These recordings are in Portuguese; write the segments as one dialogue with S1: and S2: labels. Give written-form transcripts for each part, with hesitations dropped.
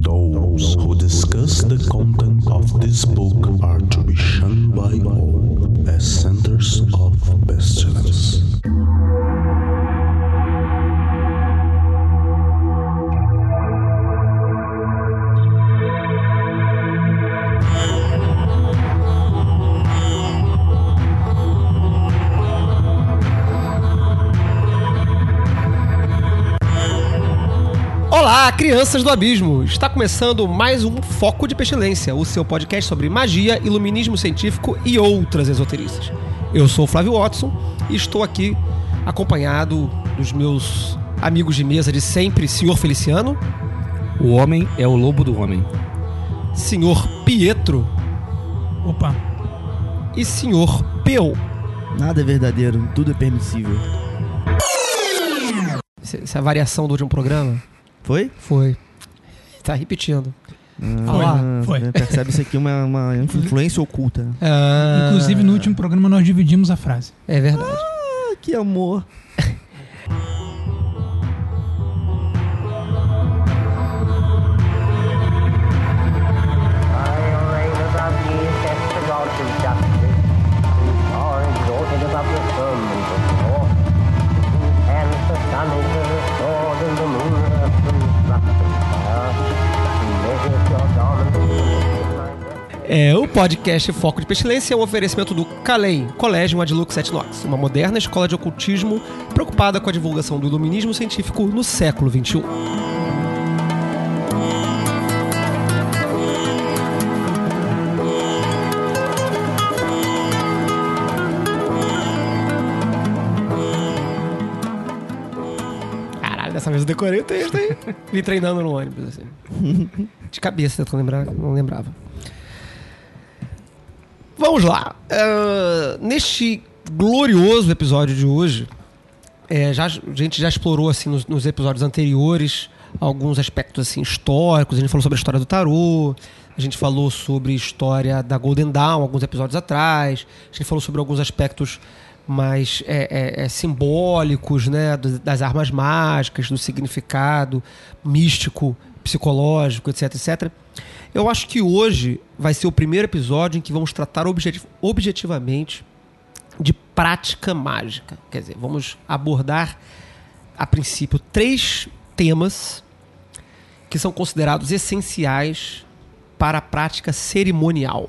S1: Those who discuss the content of this book are to be shunned by all as centers of pestilence.
S2: Olá, crianças do abismo! Está começando mais um Foco de Pestilência, o seu podcast sobre magia, iluminismo científico e outras esoterices. Eu sou o Flávio Watson e estou aqui acompanhado dos meus amigos de mesa de sempre, Sr. Feliciano.
S3: O homem é o lobo do homem.
S2: Sr. Pietro.
S4: Opa!
S2: E Sr. Peu.
S5: Nada é verdadeiro, tudo é permissível.
S2: Essa é a variação do último programa?
S5: Foi?
S2: Foi. Tá repetindo.
S4: Foi.
S5: Percebe isso aqui uma influência oculta.
S4: Inclusive, no último programa, nós dividimos a frase.
S2: É verdade.
S5: Ah, que amor.
S2: O podcast Foco de Pestilência é um oferecimento do Calem, Collegium ad Lux et Nox, uma moderna escola de ocultismo preocupada com a divulgação do iluminismo científico no século XXI. Caralho, dessa vez eu decorei o texto aí. Vim treinando no ônibus, assim. De cabeça, tentando lembrar, não lembrava. Vamos lá. Neste glorioso episódio de hoje, a gente já explorou assim, nos episódios anteriores alguns aspectos assim, históricos. A gente falou sobre a história do tarô, a gente falou sobre a história da Golden Dawn alguns episódios atrás, a gente falou sobre alguns aspectos mais simbólicos, né, das armas mágicas, do significado místico, psicológico, etc, etc. Eu acho que hoje vai ser o primeiro episódio em que vamos tratar objetivamente de prática mágica. Quer dizer, vamos abordar, a princípio, 3 temas que são considerados essenciais para a prática cerimonial.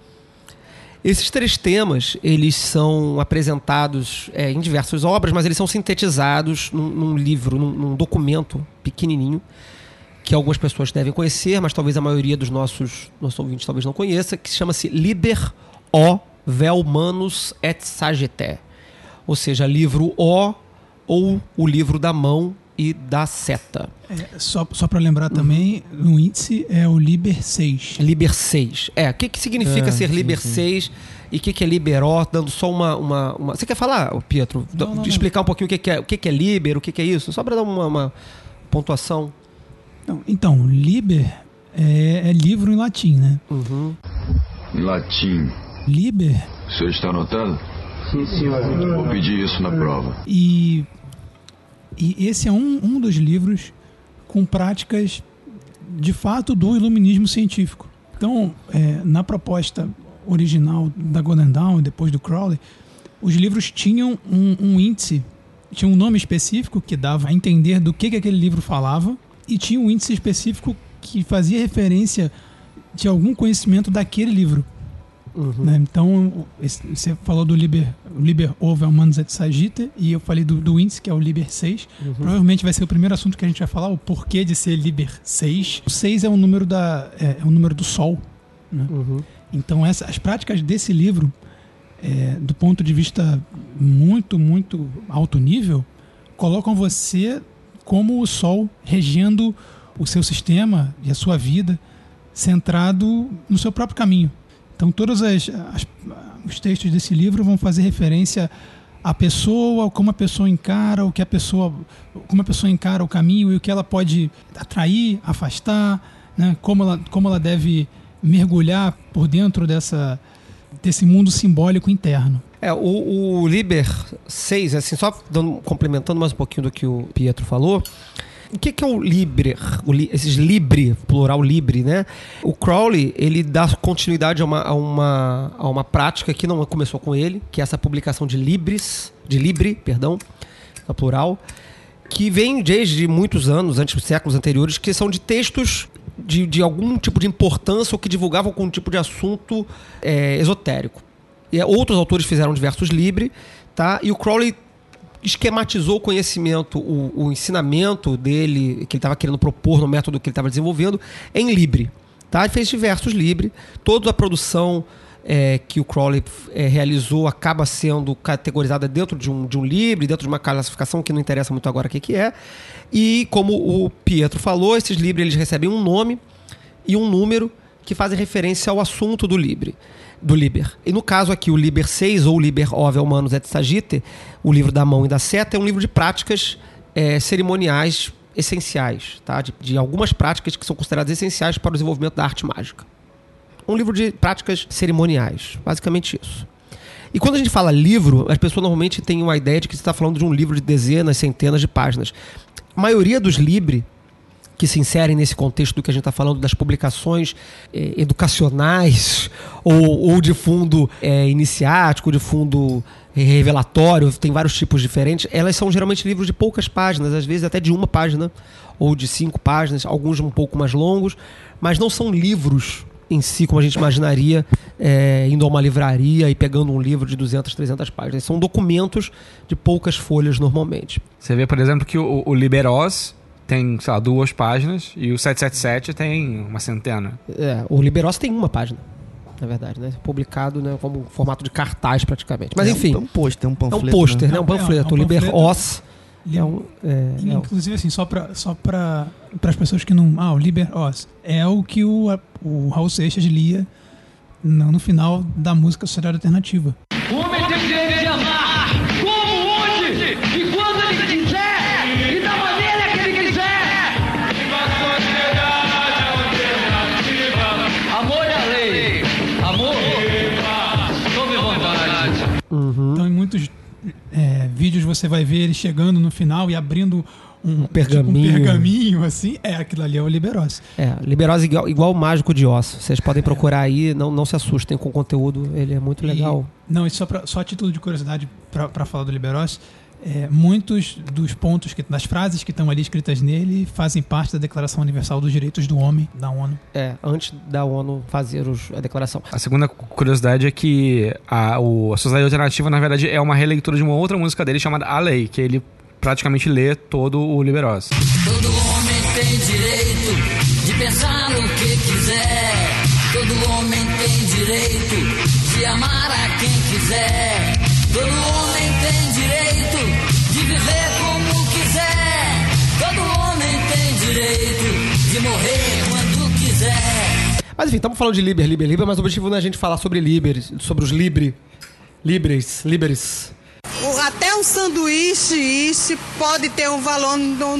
S2: Esses 3 temas, eles são apresentados em diversas obras, mas eles são sintetizados num livro, num documento pequenininho, que algumas pessoas devem conhecer, mas talvez a maioria dos nossos ouvintes talvez não conheça, que chama-se Liber O Vel Manus et Sagittae, ou seja, livro O ou o livro da mão e da seta.
S4: Só para lembrar também, no índice é o Liber 6.
S2: Liber 6. O que significa ser Liber 6 e o que é Liber O, dando só uma... Você quer falar, Pietro?
S4: Não.
S2: Explicar um pouquinho o que é Liber, o que é isso? Só para dar uma pontuação.
S4: Então, Liber é livro em latim, né?
S2: Uhum.
S6: Latim.
S4: Liber...
S6: O senhor está anotado?
S5: Sim, senhor.
S6: Vou pedir isso na prova.
S4: E esse é um dos livros com práticas, de fato, do iluminismo científico. Então, na proposta original da Golden Dawn e depois do Crowley, os livros tinham um índice, tinha um nome específico que dava a entender do que aquele livro falava, e tinha um índice específico que fazia referência de algum conhecimento daquele livro.
S2: Uhum.
S4: Né? Então, você falou do Liber O Vel Manus et Sagittae, e eu falei do índice, que é o Liber 6.
S2: Uhum.
S4: Provavelmente vai ser o primeiro assunto que a gente vai falar, o porquê de ser Liber 6. O 6 é o número do Sol. Né?
S2: Uhum.
S4: Então, as práticas desse livro, do ponto de vista muito, muito alto nível, colocam você como o Sol regendo o seu sistema e a sua vida, centrado no seu próprio caminho. Então, todos os textos desse livro vão fazer referência à pessoa, como a pessoa encara, como a pessoa encara o caminho e o que ela pode atrair, afastar, né? Como ela deve mergulhar por dentro desse mundo simbólico interno.
S2: O Liber 6, assim, só complementando mais um pouquinho do que o Pietro falou, O que é o Liber? Esses Libre, plural Libre, né? O Crowley, ele dá continuidade a uma prática que não começou com ele, que é essa publicação de Libre, no plural, que vem desde muitos anos, antes dos séculos anteriores, que são de textos de algum tipo de importância ou que divulgavam algum tipo de assunto esotérico. E outros autores fizeram diversos Libre, tá? E o Crowley esquematizou o conhecimento, o ensinamento dele, que ele estava querendo propor no método que ele estava desenvolvendo, em Libre. Tá? Ele fez diversos Libre. Toda a produção que o Crowley realizou acaba sendo categorizada dentro de um Libre, dentro de uma classificação que não interessa muito agora o que é. E como o Pietro falou, esses Libre eles recebem um nome e um número que fazem referência ao assunto do Liber. E no caso aqui, o Liber 6, ou Liber Ove Humanus et Sagitte, o livro da mão e da seta, é um livro de práticas cerimoniais essenciais, tá? De algumas práticas que são consideradas essenciais para o desenvolvimento da arte mágica. Um livro de práticas cerimoniais, basicamente isso. E quando a gente fala livro, as pessoas normalmente têm uma ideia de que você está falando de um livro de dezenas, centenas de páginas. A maioria dos Libre que se inserem nesse contexto do que a gente está falando, das publicações educacionais ou de fundo iniciático, de fundo revelatório, tem vários tipos diferentes, elas são geralmente livros de poucas páginas, às vezes até de uma página ou de 5 páginas, alguns um pouco mais longos, mas não são livros em si, como a gente imaginaria, indo a uma livraria e pegando um livro de 200, 300 páginas. São documentos de poucas folhas normalmente.
S3: Você vê, por exemplo, que o Liber Oz tem, sei lá, 2 páginas e o 777 tem uma centena.
S2: O Liber Oz tem uma página, na verdade, né? Publicado, né, como formato de cartaz praticamente. Mas enfim.
S5: É um pôster, um panfleto.
S2: É um pôster,
S5: né?
S2: Um panfleto. O Liber Oz
S4: inclusive, assim, só para as pessoas que não... o Liber Oz é o que o Raul Seixas lia no final da música Sociedade Alternativa.
S7: O homem tem direito de amar como, onde e quando ele quiser e da maneira que ele quiser. Viva a sociedade alternativa. Amor é a lei. Amor sob vontade.
S4: Então, em muitos vídeos você vai ver ele chegando no final e abrindo um
S2: pergaminho.
S4: Tipo um pergaminho, assim. Aquilo ali é o Liber Oz.
S2: Liber Oz igual o Mágico de Oz. Vocês podem procurar aí, não se assustem com o conteúdo, ele é muito legal.
S4: Não, isso só a título de curiosidade para falar do Liber Oz, muitos dos pontos, das frases que estão ali escritas nele fazem parte da Declaração Universal dos Direitos do Homem, da ONU.
S2: Antes da ONU fazer a declaração.
S3: A segunda curiosidade é que a Sociedade Alternativa, na verdade, é uma releitura de uma outra música dele chamada A Lei, que ele praticamente lê todo o Liber Oz.
S7: Todo homem tem direito de pensar o que quiser. Todo homem tem direito de amar a quem quiser. Todo homem tem direito de viver como quiser. Todo homem tem direito de morrer quando quiser.
S2: Mas enfim, estamos falando de Liber, mas o objetivo não é a gente falar sobre sobre os Liberes.
S8: Até um sanduíche pode ter um valor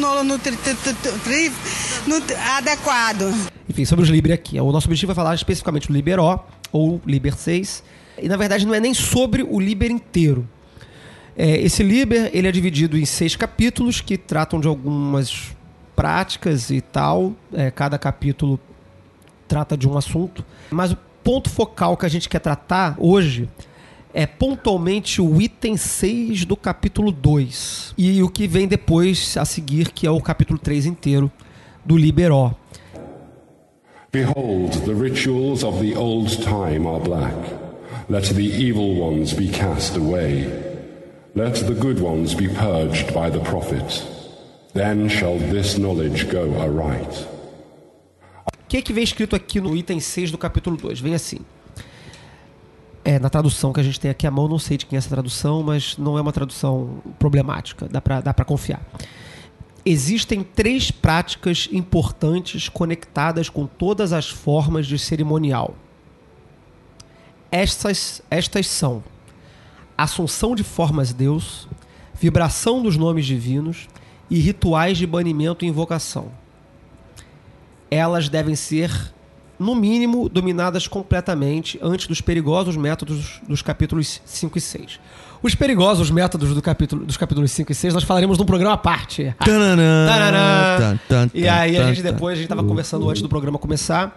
S8: adequado.
S2: Enfim, sobre os Libre aqui. O nosso objetivo é falar especificamente do Liber O, ou Liber 6. E na verdade não é nem sobre o Liber inteiro. Esse Liber ele é dividido em 6 capítulos que tratam de algumas práticas e tal. Cada capítulo trata de um assunto. Mas o ponto focal que a gente quer tratar hoje é pontualmente o item 6 do capítulo 2. E o que vem depois a seguir, que é o capítulo 3 inteiro do Liber O.
S9: Behold, the rituals of the old time are black. Let the evil ones be cast away. Let the good ones be purged by the prophets. Then shall this knowledge go aright.
S2: O que vem escrito aqui no item 6 do capítulo 2? Vem assim. Na tradução que a gente tem aqui à mão, não sei de quem é essa tradução, mas não é uma tradução problemática, dá pra confiar. Existem 3 práticas importantes conectadas com todas as formas de cerimonial. Estas são assunção de formas de Deus, vibração dos nomes divinos e rituais de banimento e invocação. Elas devem ser no mínimo, dominadas completamente antes dos perigosos métodos dos capítulos 5 e 6. Os perigosos métodos dos capítulos 5 e 6 nós falaremos num programa à parte. Tananã. E aí a gente estava conversando antes do programa começar,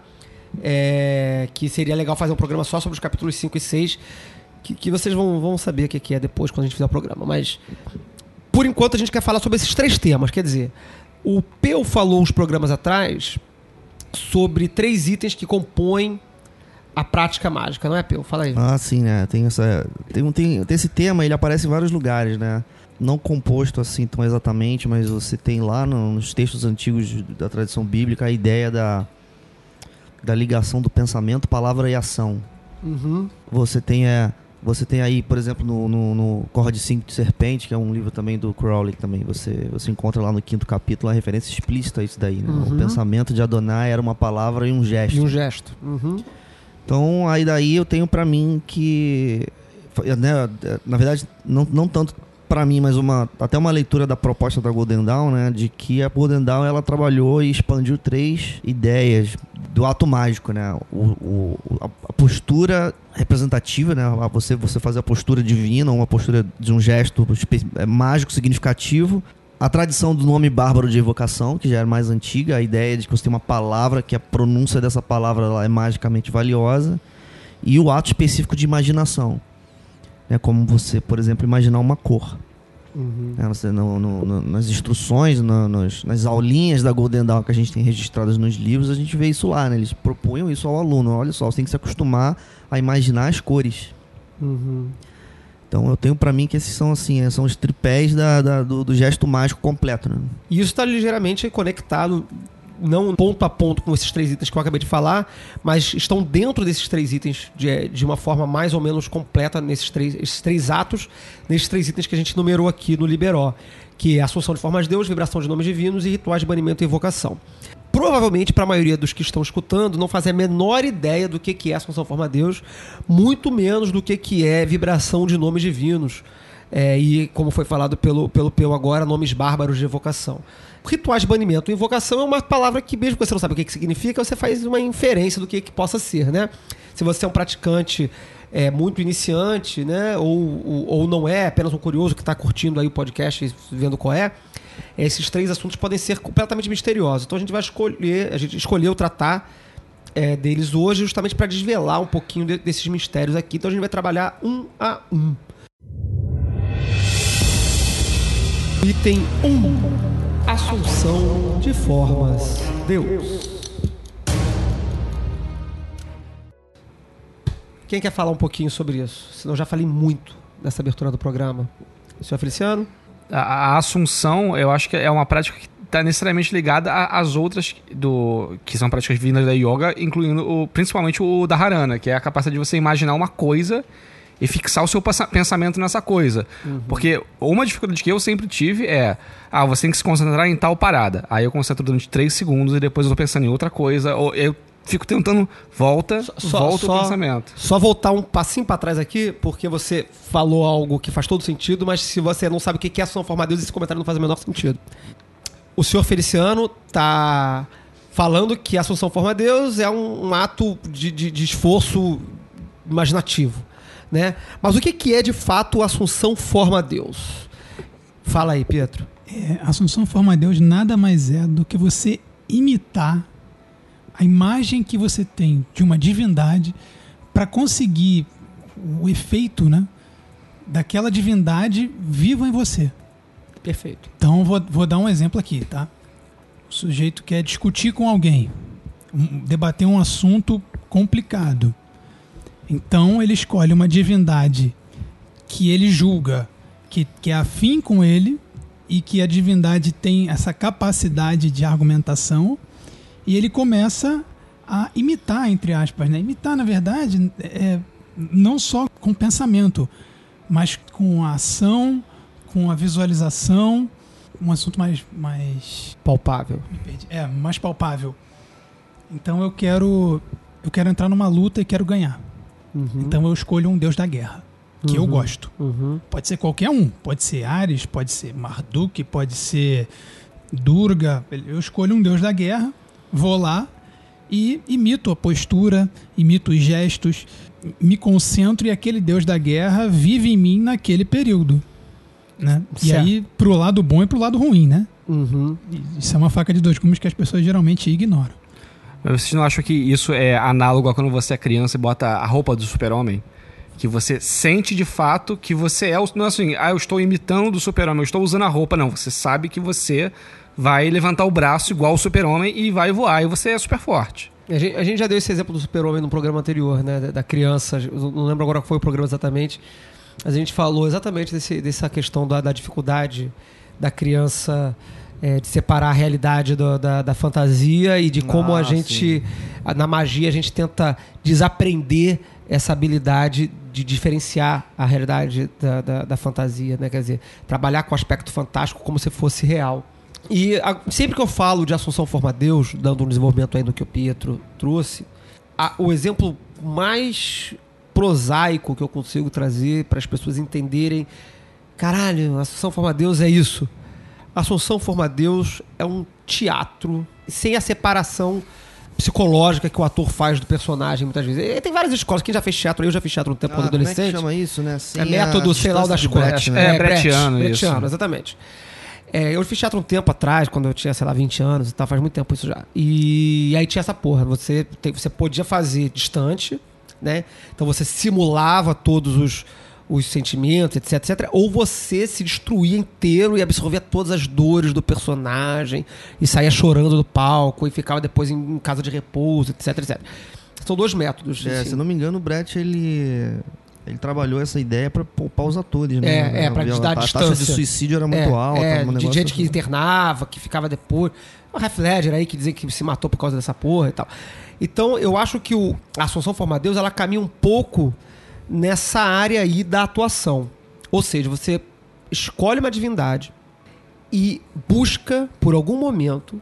S2: que seria legal fazer um programa só sobre os capítulos 5 e 6, que vocês vão saber o que é depois quando a gente fizer o programa. Mas, por enquanto, a gente quer falar sobre esses 3 temas. Quer dizer, o Peu falou uns programas atrás sobre 3 itens que compõem a prática mágica, não é, Peu? Fala aí.
S5: Ah, sim, né? Tem esse tema, ele aparece em vários lugares, né? Não composto assim tão exatamente, mas você tem lá nos textos antigos da tradição bíblica a ideia da ligação do pensamento, palavra e ação.
S2: Uhum.
S5: Você tem aí, por exemplo, no Corda de 5 de Serpente, que é um livro também do Crowley, também você encontra lá no 5º capítulo a referência explícita a isso daí, né?
S2: Uhum.
S5: O pensamento de Adonai era uma palavra e um gesto.
S2: Uhum.
S5: Então, aí daí eu tenho pra mim que, né, na verdade, não tanto pra mim, mas até uma leitura da proposta da Golden Dawn, né, de que a Golden Dawn ela trabalhou e expandiu 3 ideias do ato mágico, né, a postura representativa, né, você fazer a postura divina, uma postura de um gesto mágico significativo. A tradição do nome bárbaro de evocação, que já era mais antiga, a ideia de que você tem uma palavra, que a pronúncia dessa palavra ela é magicamente valiosa, e o ato específico de imaginação, né, como você, por exemplo, imaginar uma cor.
S2: Uhum.
S5: Você, nas instruções, nas aulinhas da Golden Dawn que a gente tem registradas nos livros, a gente vê isso lá, né? Eles propunham isso ao aluno. Olha só, você tem que se acostumar a imaginar as cores.
S2: Uhum.
S5: Então eu tenho pra mim que esses são assim, são os tripés do gesto mágico completo, né?
S2: E isso está ligeiramente conectado, não ponto a ponto com esses 3 itens que eu acabei de falar, mas estão dentro desses 3 itens de uma forma mais ou menos completa esses três atos, nesses 3 itens que a gente numerou aqui no Liberó, que é a Assunção de Formas de Deus, Vibração de Nomes Divinos e Rituais de Banimento e Invocação. Provavelmente, para a maioria dos que estão escutando, não fazem a menor ideia do que é Assunção Forma de Deus, muito menos do que é vibração de nomes divinos. E, como foi falado pelo Peu agora, nomes bárbaros de evocação. Rituais de banimento e invocação é uma palavra que, mesmo que você não sabe o que significa, você faz uma inferência do que possa ser, né? Se você é um praticante muito iniciante, né? Ou não é, apenas um curioso que está curtindo aí o podcast e vendo qual é, esses 3 assuntos podem ser completamente misteriosos. Então a gente escolheu tratar deles hoje justamente para desvelar um pouquinho desses mistérios aqui. Então a gente vai trabalhar um a um. Item 1. Assunção de Formas Deus. Quem quer falar um pouquinho sobre isso? Senão eu já falei muito nessa abertura do programa. Senhor Feliciano?
S3: A Assunção, eu acho que é uma prática que está necessariamente ligada às outras que são práticas vindas da yoga, incluindo principalmente o Dharana, que é a capacidade de você imaginar uma coisa e fixar o seu pensamento nessa coisa. Uhum. Porque uma dificuldade que eu sempre tive você tem que se concentrar em tal parada. Aí eu concentro durante 3 segundos e depois eu tô pensando em outra coisa. Ou eu fico tentando volta o pensamento.
S2: Só voltar um passinho para trás aqui, porque você falou algo que faz todo sentido, mas se você não sabe o que é Assunção Forma de Deus, esse comentário não faz o menor sentido. O senhor Feliciano tá falando que a Assunção Forma de Deus é um ato de esforço imaginativo, né? Mas o que é de fato Assunção Forma Deus? Fala aí, Pietro.
S4: Assunção Forma Deus nada mais é do que você imitar a imagem que você tem de uma divindade para conseguir o efeito, né, daquela divindade viva em você.
S2: Perfeito.
S4: Então vou dar um exemplo aqui, tá? O sujeito quer discutir com alguém, debater um assunto complicado. Então ele escolhe uma divindade que ele julga que é afim com ele e que a divindade tem essa capacidade de argumentação, e ele começa a imitar, entre aspas, né? Imitar, na verdade, não só com o pensamento, mas com a ação, com a visualização, um assunto mais
S2: palpável.
S4: Mais palpável. Então eu quero entrar numa luta e quero ganhar.
S2: Uhum.
S4: Então eu escolho um deus da guerra, que eu gosto.
S2: Uhum.
S4: Pode ser qualquer um. Pode ser Ares, pode ser Marduk, pode ser Durga. Eu escolho um deus da guerra, vou lá e imito a postura, imito os gestos, me concentro e aquele deus da guerra vive em mim naquele período. Né? E
S2: Certo.
S4: aí, pro lado bom e pro lado ruim, né?
S2: Uhum.
S4: Isso é uma faca de dois gumes que as pessoas geralmente ignoram.
S3: Mas vocês não acham que isso é análogo a quando você é criança e bota a roupa do super-homem? Que você sente de fato que você é... Não é assim, eu estou imitando o super-homem, eu estou usando a roupa. Não, você sabe que você vai levantar o braço igual o super-homem e vai voar. E você é super forte.
S2: A gente já deu esse exemplo do super-homem no programa anterior, né? Da criança. Eu não lembro agora qual foi o programa exatamente. Mas a gente falou exatamente dessa questão da dificuldade da criança de separar a realidade da fantasia e de como a gente, na magia, a gente tenta desaprender essa habilidade de diferenciar a realidade da fantasia, né? Quer dizer, trabalhar com o aspecto fantástico como se fosse real. E sempre que eu falo de Assunção Forma Deus, dando um desenvolvimento aí do que o Pietro trouxe, o exemplo mais prosaico que eu consigo trazer para as pessoas entenderem, caralho, Assunção Forma Deus é isso. Assunção Forma Deus é um teatro sem a separação psicológica que o ator faz do personagem muitas vezes. E tem várias escolas, quem já fez teatro, eu já fiz teatro no tempo
S5: Como é
S2: adolescente.
S5: que chama isso, né? Sem
S2: É método, sei lá, das coisas.
S3: Brechtiano, isso.
S2: Exatamente. Eu fiz teatro um tempo atrás, quando eu tinha, sei lá, 20 anos e tal, faz muito tempo isso já. E aí tinha essa porra, você podia fazer distante, né? Então você simulava todos os sentimentos, etc. Ou você se destruía inteiro e absorvia todas as dores do personagem e saía chorando do palco e ficava depois em casa de repouso, etc. São dois métodos. Assim.
S5: Se eu não me engano, o Brett, ele trabalhou essa ideia pra poupar os atores, né?
S2: Pra dar
S5: a
S2: distância.
S5: taxa de suicídio era muito alta.
S2: De gente que internava, que ficava depois. O Heath Ledger aí que dizia que se matou por causa dessa porra e tal. Então, eu acho que a Assunção Forma Deus, ela caminha um pouco nessa área aí da atuação. Ou seja, você escolhe uma divindade e busca, por algum momento,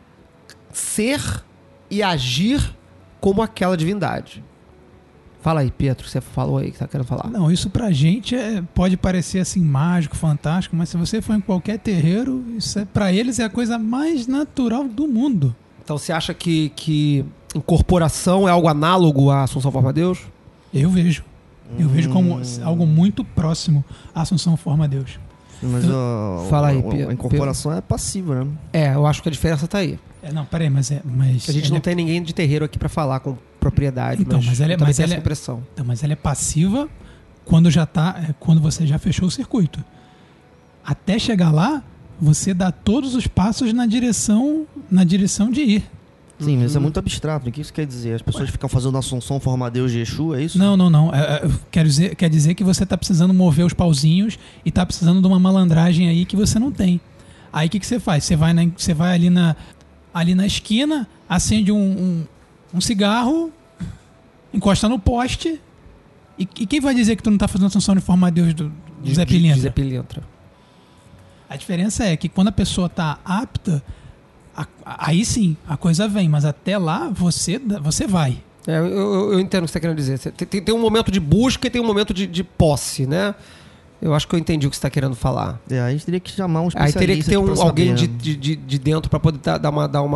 S2: ser e agir como aquela divindade. Fala aí, Pietro, você falou aí que tá querendo falar.
S4: Não, isso pra gente pode parecer assim mágico, fantástico, mas se você for em qualquer terreiro, isso pra eles é a coisa mais natural do mundo.
S2: Então você acha que incorporação é algo análogo à Assunção Forma Deus?
S4: Eu vejo. Eu vejo como algo muito próximo à Assunção Forma Deus.
S5: Mas
S2: Fala aí,
S5: a incorporação é passiva, né?
S2: Eu acho que a diferença tá aí.
S4: Não, peraí, mas
S2: a gente não tem ninguém de terreiro aqui pra falar com propriedade,
S4: então, mas ela
S2: essa impressão.
S4: Então, mas ela é passiva quando quando você já fechou o circuito. Até chegar lá, você dá todos os passos na direção de ir.
S5: Sim, mas isso é muito abstrato. O que isso quer dizer? As pessoas ficam fazendo Assunção Forma Deus de Exu, é isso?
S4: Não. Quer dizer que você tá precisando mover os pauzinhos e tá precisando de uma malandragem aí que você não tem. Aí o que você faz? Você vai ali na esquina, acende um cigarro, encosta no poste e quem vai dizer que tu não tá fazendo Assunção de Forma Deus do Zé Pilintra?
S2: Zé Pilintra.
S4: A diferença é que quando a pessoa tá apta, aí sim, a coisa vem, mas até lá você vai.
S2: Eu entendo o que você está querendo dizer. Tem um momento de busca e tem um momento de posse, né? Eu acho que eu entendi o que você está querendo falar.
S5: Aí a gente teria que chamar um especialista.
S2: Aí teria que ter alguém
S5: saber,
S2: de dentro para poder dar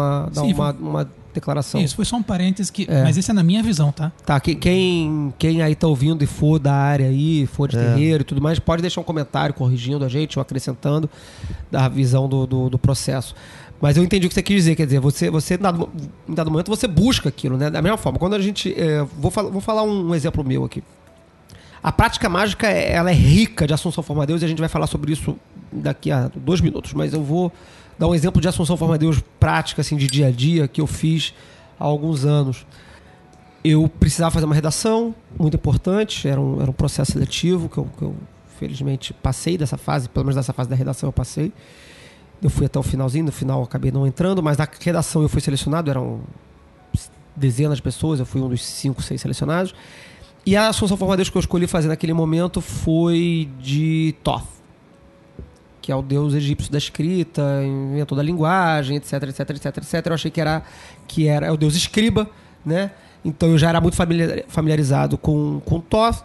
S2: uma declaração.
S4: Isso, foi só um parênteses, mas esse é na minha visão, tá?
S2: Tá, quem aí tá ouvindo e for da área aí, for de terreiro e tudo mais, pode deixar um comentário corrigindo a gente ou acrescentando da visão do processo. Mas eu entendi o que você quis dizer, quer dizer, você em dado momento você busca aquilo, né? Da mesma forma, quando a gente... vou falar um exemplo meu aqui. A prática mágica, ela é rica de Assunção Forma Deus e a gente vai falar sobre isso daqui a 2 minutos, mas eu vou dar um exemplo de Assunção Forma Deus prática, assim, de dia a dia, que eu fiz há alguns anos. Eu precisava fazer uma redação muito importante, era um processo seletivo que eu felizmente passei dessa fase, pelo menos dessa fase da redação eu passei. Eu fui até o finalzinho, no final eu acabei não entrando, mas na redação eu fui selecionado, eram dezenas de pessoas, eu fui um dos 5, 6 selecionados. E a Assunção Forma Deus que eu escolhi fazer naquele momento foi de Thoth, que é o deus egípcio da escrita, inventor da linguagem, etc. Eu achei que era o deus escriba, né? Então eu já era muito familiarizado com Thoth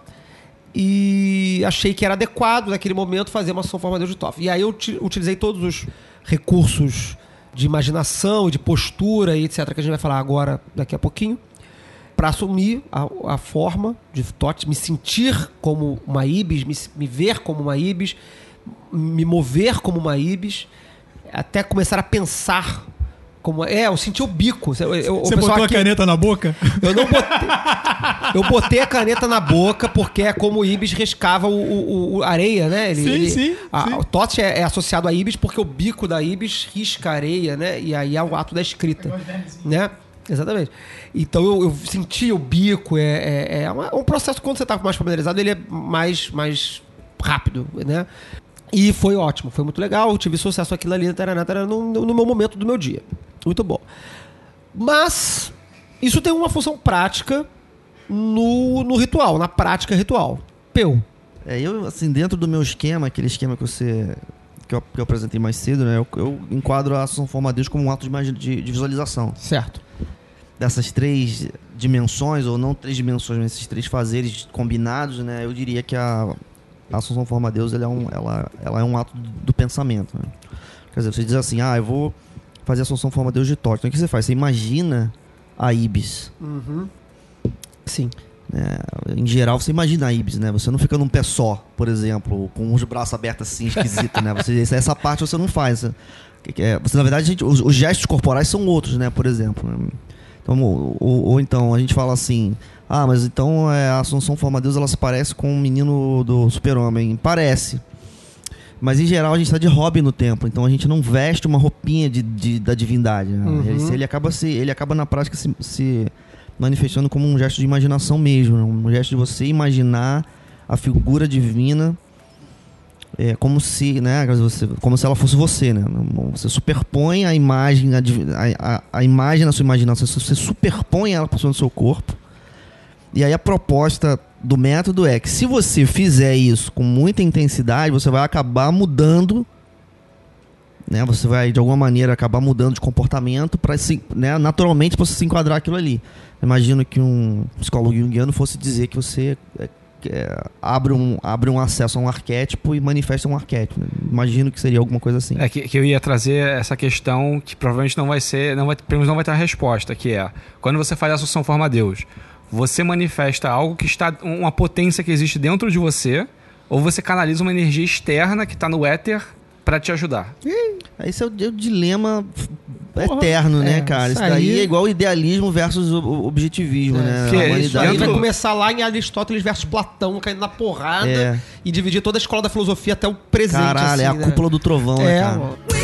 S2: e achei que era adequado naquele momento fazer uma Assunção Forma Deus de Thoth. E aí eu utilizei todos os recursos de imaginação, de postura e etc., que a gente vai falar agora, daqui a pouquinho, para assumir a forma de Thoth, me sentir como uma Ibis, me ver como uma Ibis, me mover como uma Ibis, até começar a pensar como... eu senti o bico.
S4: Você botou a caneta na boca?
S2: Eu não botei. Eu botei a caneta na boca porque é como o Ibis riscava a areia, né?
S4: Sim.
S2: O Thoth é associado a Ibis porque o bico da Ibis risca a areia, né? E aí é o ato da escrita, né? Exatamente. Então eu senti o bico. É um processo que, quando você está mais familiarizado, ele é mais rápido, né? E foi ótimo, foi muito legal. Eu tive sucesso aquilo ali no meu momento do meu dia. Muito bom. Mas isso tem uma função prática no ritual, na prática ritual.
S5: Eu, assim, dentro do meu esquema, aquele esquema que eu apresentei mais cedo, né? Eu enquadro a Assunção Forma Deus como um ato de visualização.
S2: Certo.
S5: Dessas 3 dimensões, ou não 3 dimensões, mas esses 3 fazeres combinados, né? Eu diria que a Assunção Forma Deus ela é um ato do pensamento, né? Quer dizer, você diz assim, eu vou fazer a Assunção Forma Deus de Thoth. Então o que você faz? Você imagina a Ibis.
S2: Uhum. Sim.
S5: Em geral, você imagina a Ibis, né? Você não fica num pé só, por exemplo, com os braços abertos assim, esquisito, né? Essa parte você não faz. Você, na verdade, os gestos corporais são outros, né? Por exemplo. Né? Então, ou então a gente fala assim, mas então a Assunção Forma Deus, ela se parece com o menino do Super-Homem. Parece. Mas em geral a gente está de hobby no templo, então a gente não veste uma roupinha da divindade. Né?
S2: Uhum.
S5: Ele acaba na prática se manifestando como um gesto de imaginação mesmo, né? Um gesto de você imaginar a figura divina como se, né, como se ela fosse você, né? Você superpõe a imagem, a imagem na sua imaginação, você superpõe ela por cima do seu corpo. E aí a proposta do método é que, se você fizer isso com muita intensidade, você vai acabar mudando, né? Você vai de alguma maneira acabar mudando de comportamento para, né, naturalmente, para você se enquadrar aquilo ali. Imagino que um psicólogo junguiano fosse dizer que você abre um acesso a um arquétipo e manifesta um arquétipo. Imagino que seria alguma coisa assim.
S3: Que eu ia trazer essa questão que provavelmente não vai ter a resposta, que é, quando você faz a Assunção Forma Deus, você manifesta algo que está, uma potência que existe dentro de você, ou você canaliza uma energia externa que está no éter para te ajudar?
S5: Esse é o dilema eterno, né, cara? Isso daí é igual idealismo versus objetivismo, né?
S2: A humanidade vai começar lá em Aristóteles versus Platão, caindo na porrada e dividir toda a escola da filosofia até o presente.
S5: Caralho, assim, é a cúpula do trovão, né, cara?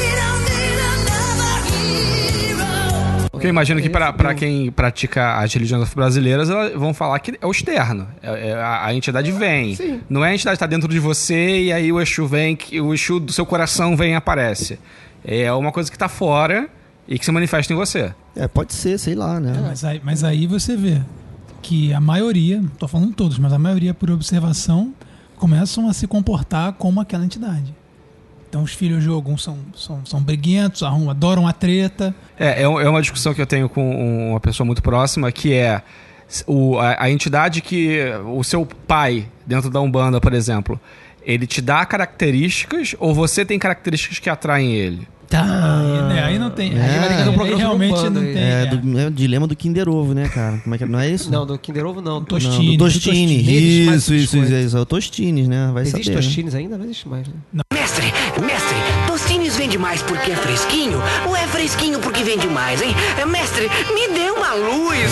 S3: Porque eu imagino que para quem pratica as religiões brasileiras, elas vão falar que é o externo. A entidade vem. Sim. Não é a entidade que está dentro de você e aí o Exu vem, o Exu do seu coração vem e aparece. É uma coisa que está fora e que se manifesta em você.
S5: Pode ser, sei lá, né?
S4: Mas aí você vê que a maioria, não estou falando todos, mas a maioria, por observação, começam a se comportar como aquela entidade. Então os filhos de Ogum são briguentos, adoram a treta.
S3: É uma discussão que eu tenho com uma pessoa muito próxima, que é a entidade que o seu pai, dentro da Umbanda, por exemplo, ele te dá características ou você tem características que atraem ele?
S4: Aí não tem. Aí realmente não tem.
S5: É o dilema do Kinder Ovo, né, cara? Como é que não é isso?
S2: Não, do Kinder Ovo não.
S5: Do Tostines. Isso. É o Tostines, né?
S2: Existe Tostines ainda? Não existe mais, né?
S10: Não. Mestre, Tostines vende mais porque é fresquinho ou é fresquinho porque vende mais, hein? Mestre, me dê uma luz.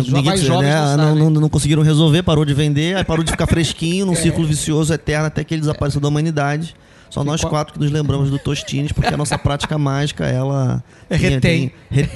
S5: Não conseguiram resolver, parou de vender, aí parou de ficar fresquinho num círculo vicioso eterno até que ele desapareceu da humanidade. Só nós 4 que nos lembramos do Tostines, porque a nossa prática mágica, ela retém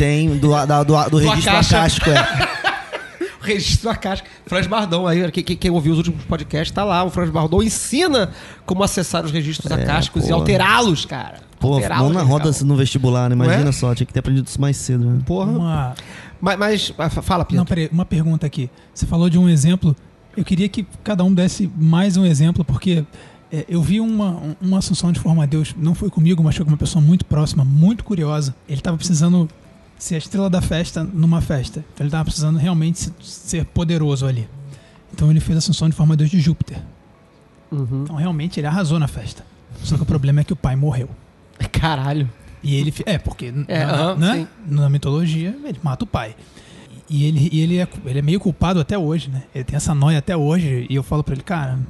S5: do registro acástico.
S2: O registro acástico. Franz Bardon, aí, quem ouviu os últimos podcasts, tá lá. O Franz Bardon ensina como acessar os registros acásticos e alterá-los, cara.
S5: Vamos na roda no vestibular, né? Imagina só, tinha que ter aprendido isso mais cedo, né?
S2: Porra. Mas fala, Pedro.
S4: Não, peraí, uma pergunta aqui. Você falou de um exemplo. Eu queria que cada um desse mais um exemplo, porque eu vi uma Assunção de Forma Deus, não foi comigo, mas foi com uma pessoa muito próxima, muito curiosa. Ele estava precisando ser a estrela da festa numa festa. Então ele estava precisando realmente ser poderoso ali. Então ele fez a Assunção de Forma Deus de Júpiter.
S2: Uhum.
S4: Então realmente ele arrasou na festa. Só que o problema é que o pai morreu.
S2: Caralho.
S4: E ele... porque
S2: sim.
S4: na mitologia ele mata o pai. E ele é meio culpado até hoje, né? Ele tem essa noia até hoje. E eu falo pra ele, cara,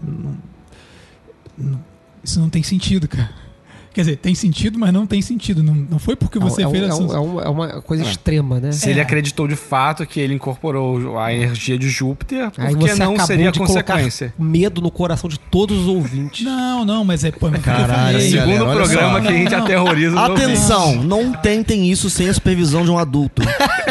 S4: isso não tem sentido, cara. Quer dizer, tem sentido, mas não tem sentido. Não foi porque você fez assim.
S2: É uma coisa extrema, né?
S3: Se ele acreditou de fato que ele incorporou a energia de Júpiter,
S2: aí
S3: porque
S2: você
S3: não seria a
S2: de
S3: consequência?
S2: Medo no coração de todos os ouvintes.
S4: Não, mas é... Pô,
S5: Caralho,
S3: segundo
S5: galera,
S3: programa que a gente aterroriza os
S5: Atenção,
S3: ouvintes.
S5: não tentem isso sem a supervisão de um adulto.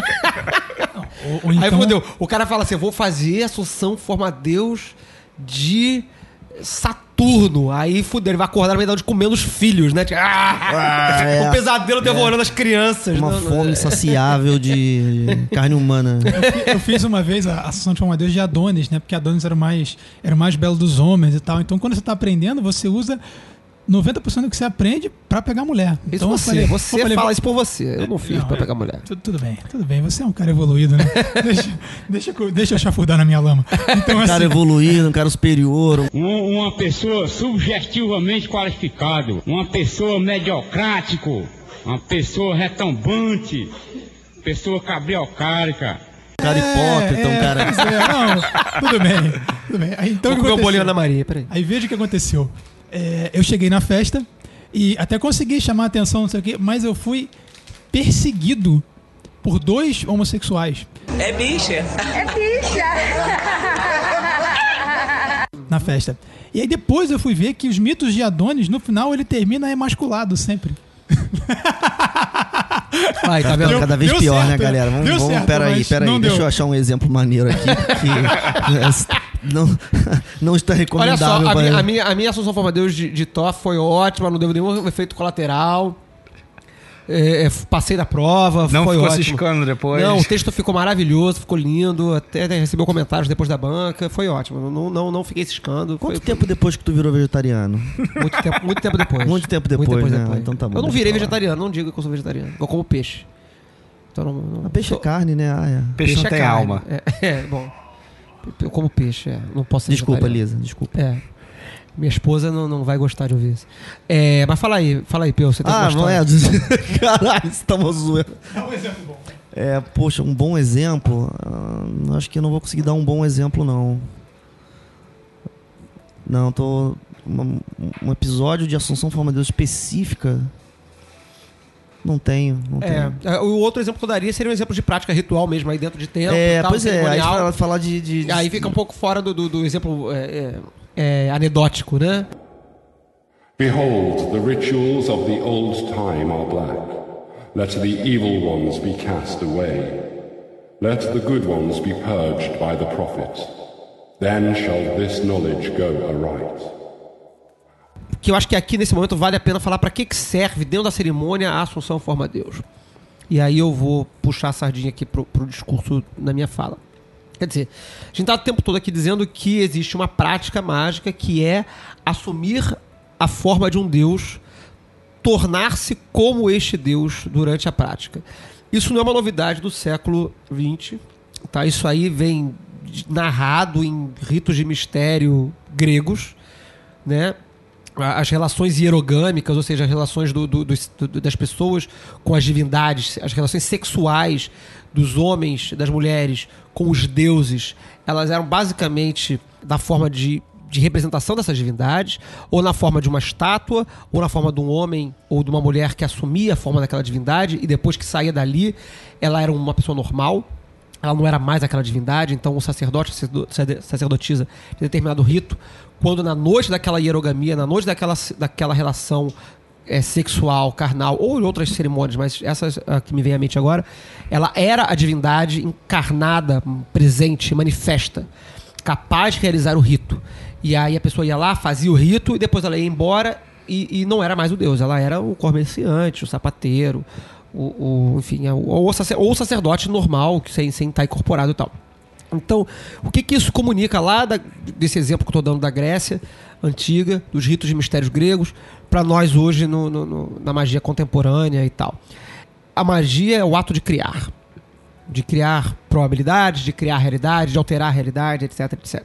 S4: Ou então,
S2: Aí fodeu. O cara fala assim, eu vou fazer Assunção Forma-Deus de Saturno. Aí fudeu, ele vai acordar na verdade comendo os filhos, né? Tipo, um pesadelo devorando as crianças.
S5: Uma fome insaciável de carne humana.
S4: eu fiz uma vez a Assunção de Forma-Deus de Adonis, né? Porque Adonis era o mais belo dos homens e tal. Então, quando você tá aprendendo, você usa 90% do que você aprende pra pegar mulher.
S2: Isso
S4: então,
S2: você fala isso por você. Eu não fiz pra pegar mulher.
S4: Tudo bem. Você é um cara evoluído, né? deixa eu chafurdar na minha lama. Então,
S5: Um cara evoluído, um cara superior.
S11: Uma pessoa subjetivamente qualificado, uma pessoa mediocrático, uma pessoa retumbante, pessoa cabriocárica.
S5: Cara hipócrita, um cara...
S4: Não, tudo bem. Aí, então,
S2: vou comer um bolinho Ana Maria, peraí.
S4: Aí veja o que aconteceu. Eu cheguei na festa e até consegui chamar a atenção, não sei o quê, mas eu fui perseguido por 2 homossexuais.
S10: É bicha.
S4: Na festa. E aí depois eu fui ver que os mitos de Adonis, no final, ele termina emasculado sempre.
S2: Ai, tá vendo?
S5: Cada vez
S4: deu
S5: pior,
S4: certo,
S5: né, galera? Vamos peraí.
S4: não
S5: Deixa
S4: deu.
S5: eu achar um exemplo maneiro aqui que não está
S2: Olha
S5: recomendável.
S2: só, a minha Assunção Forma-Deus de Thor foi ótima, não deu nenhum efeito colateral. Passei da prova,
S3: Não
S2: foi
S3: ficou
S2: ótimo.
S3: ciscando depois?
S2: Não, o texto ficou maravilhoso, ficou lindo, até recebeu comentários depois da banca, foi ótimo. Não fiquei ciscando.
S5: Quanto tempo depois que tu virou vegetariano?
S2: Muito tempo depois.
S5: Muito tempo depois, né? Então tá bom.
S2: Eu não virei vegetariano, não digo que eu sou vegetariano. Eu como peixe. Então
S5: Peixe é carne, né?
S3: Peixe não tem
S2: carne.
S3: alma.
S2: Bom. Eu como peixe, não posso ser
S5: Desculpa,
S2: vegetariano.
S5: Lisa, desculpa.
S2: Minha esposa não vai gostar de ouvir isso. Mas fala aí, Pio, você tem uma história?
S5: Caralho, você tá uma zoeira.
S4: Dá um exemplo bom.
S5: Poxa, um bom exemplo? Acho que eu não vou conseguir dar um bom exemplo, não. Não, um episódio de Assunção Forma-Deus específica... Não tenho.
S2: O outro exemplo que eu daria seria um exemplo de prática ritual mesmo, aí dentro de templo e tal,
S5: pois
S2: cerimonial.
S5: Aí falar de...
S2: Aí fica um pouco fora do exemplo anedótico, né?
S9: Behold, the rituals of the old time are black. Let the evil ones be cast away. Let the good ones be purged by the prophets. Then shall this knowledge go aright.
S2: Que eu acho que aqui nesse momento vale a pena falar para que serve dentro da cerimônia a Assunção Forma-Deus. E aí eu vou puxar a sardinha aqui pro discurso na minha fala. Quer dizer, a gente está o tempo todo aqui dizendo que existe uma prática mágica que é assumir a forma de um Deus, tornar-se como este Deus durante a prática. Isso não é uma novidade do século XX, tá? Isso aí vem narrado em ritos de mistério gregos, né? As relações hierogâmicas, ou seja, as relações das pessoas com as divindades, as relações sexuais dos homens, das mulheres com os deuses, elas eram basicamente da forma de representação dessas divindades, ou na forma de uma estátua, ou na forma de um homem ou de uma mulher que assumia a forma daquela divindade e depois que saía dali, ela era uma pessoa normal. Ela não era mais aquela divindade, então o sacerdote, sacerdotisa de determinado rito, quando na noite daquela hierogamia, na noite daquela relação sexual, carnal, ou em outras cerimônias, mas essa que me vem à mente agora, ela era a divindade encarnada, presente, manifesta, capaz de realizar o rito. E aí a pessoa ia lá, fazia o rito, e depois ela ia embora e não era mais o Deus, ela era o comerciante, o sapateiro, enfim, ou o sacerdote normal, sem estar incorporado e tal. Então, o que isso comunica lá desse exemplo que eu estou dando da Grécia antiga, dos ritos de mistérios gregos, para nós hoje na magia contemporânea e tal? A magia é o ato de criar probabilidades, de criar realidade, de alterar a realidade, etc, etc.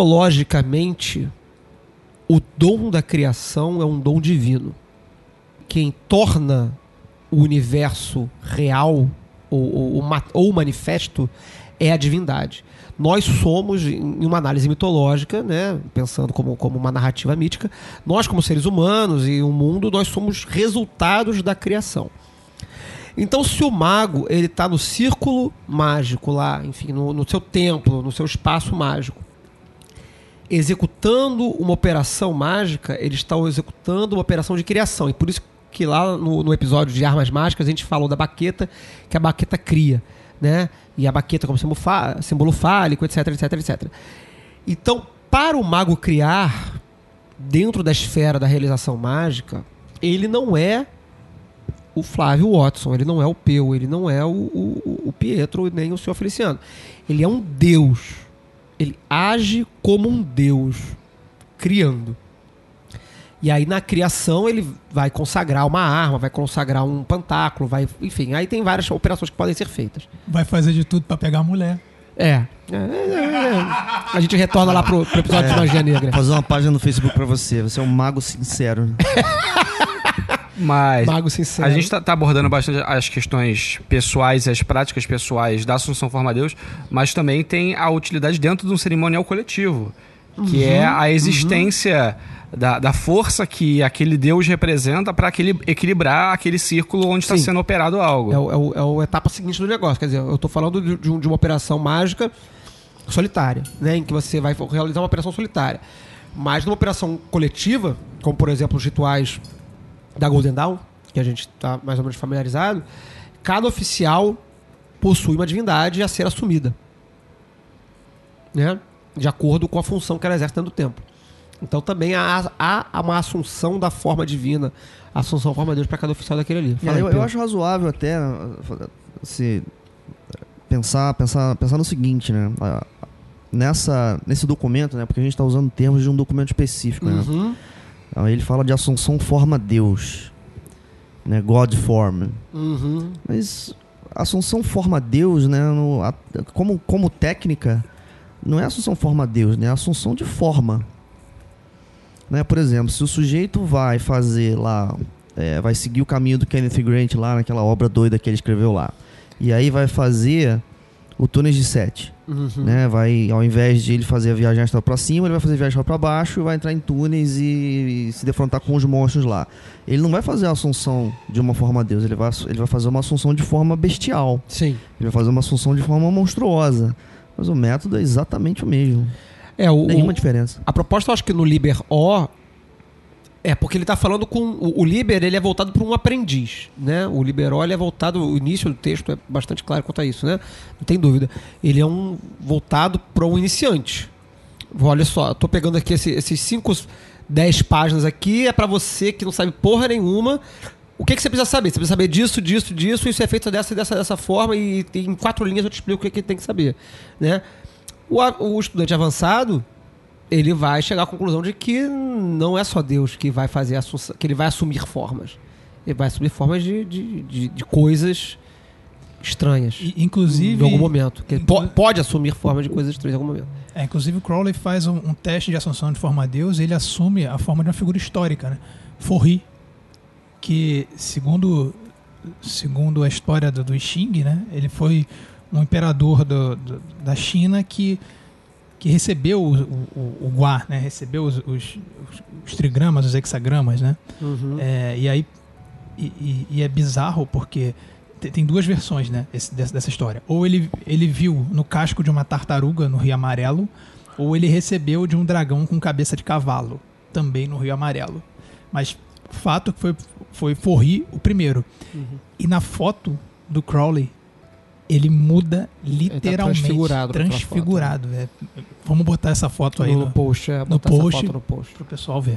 S2: Mitologicamente, o dom da criação é um dom divino. quem torna o universo real ou o manifesto é a divindade. Nós somos, em uma análise mitológica, né, pensando como uma narrativa mítica, nós como seres humanos e o mundo, nós somos resultados da criação. Então, se o mago ele está no círculo mágico lá, enfim, no seu templo, no seu espaço mágico, executando uma operação mágica, ele está executando uma operação de criação. E por isso que lá no episódio de Armas Mágicas a gente falou da baqueta, que a baqueta cria, né? E a baqueta como símbolo fálico, etc, etc, etc. Então, para o mago criar, dentro da esfera da realização mágica, ele não é o Flávio Watson, ele não é o Peu, ele não é o Pietro, nem o Sr. Feliciano. Ele é um deus. Ele age como um deus, criando. E aí na criação ele vai consagrar uma arma, vai consagrar um pantáculo, enfim, aí tem várias operações que podem ser feitas.
S4: Vai fazer de tudo pra pegar a mulher.
S2: A gente retorna lá pro episódio de Magia Negra.
S5: Vou fazer uma página no Facebook pra você. Você é um mago sincero. Né?
S3: Mas
S2: mago sincero.
S3: A gente tá abordando bastante as questões pessoais e as práticas pessoais da Assunção Forma-Deus, mas também tem a utilidade dentro de um cerimonial coletivo, que é a existência da força que aquele Deus representa para equilibrar aquele círculo onde está sendo operado algo.
S2: É a etapa seguinte do negócio. Quer dizer, eu estou falando de uma operação mágica solitária, né, em que você vai realizar uma operação solitária. Mas numa operação coletiva, como por exemplo os rituais da Golden Dawn, que a gente está mais ou menos familiarizado, cada oficial possui uma divindade a ser assumida, né, de acordo com a função que ela exerce dentro do templo. Então também há uma assunção da forma divina, a assunção da forma de Deus para cada oficial daquele ali.
S5: Eu acho razoável até se pensar no seguinte, né? Nesse documento, né? Porque a gente está usando termos de um documento específico, né? Então, ele fala de assunção forma Deus, né? God form. Mas assunção forma Deus, né? Como técnica, não é assunção forma Deus, né? É assunção de forma. Né? Por exemplo, se o sujeito vai fazer lá, vai seguir o caminho do Kenneth Grant lá naquela obra doida que ele escreveu lá, e aí vai fazer o Túneis de Sete, né? Vai, ao invés de ele fazer a viagem astral para cima, ele vai fazer a viagem astral para baixo e vai entrar em túneis e se defrontar com os monstros lá. Ele não vai fazer a assunção de uma forma Deus, ele vai fazer uma assunção de forma bestial.
S2: Sim.
S5: Ele vai fazer uma assunção de forma monstruosa. Mas o método é exatamente o mesmo. Nenhuma diferença.
S2: A proposta, eu acho que no Liber O porque ele está falando com o Liber, ele é voltado para um aprendiz, né? O Liber O ele é voltado, o início do texto é bastante claro quanto a isso, né? Não tem dúvida. Ele é voltado para um iniciante. Olha só, eu tô pegando aqui esses 5, 10 páginas aqui, é para você que não sabe porra nenhuma. O que você precisa saber? Você precisa saber disso, isso é feito dessa forma e em 4 linhas eu te explico o que tem que saber, né? O estudante avançado, ele vai chegar à conclusão de que não é só Deus que vai fazer que ele vai assumir formas. Ele vai assumir formas de coisas estranhas.
S4: Inclusive,
S2: em algum momento. Que ele pode assumir formas de coisas estranhas em algum momento.
S4: Inclusive o Crowley faz um teste de assunção de forma a Deus, ele assume a forma de uma figura histórica, né? Forri, que segundo a história do I Ching, né? Ele foi um imperador da China que recebeu o Gua, né? Recebeu os trigramas, os hexagramas, né? E aí é bizarro porque tem 2 versões, né? Dessa história. Ou ele viu no casco de uma tartaruga no Rio Amarelo, ou ele recebeu de um dragão com cabeça de cavalo, também no Rio Amarelo. Mas o fato é que foi Forri o primeiro. E na foto do Crowley, ele muda literalmente. Transfigurado. Vamos botar essa foto aí no post. No post para o pessoal ver.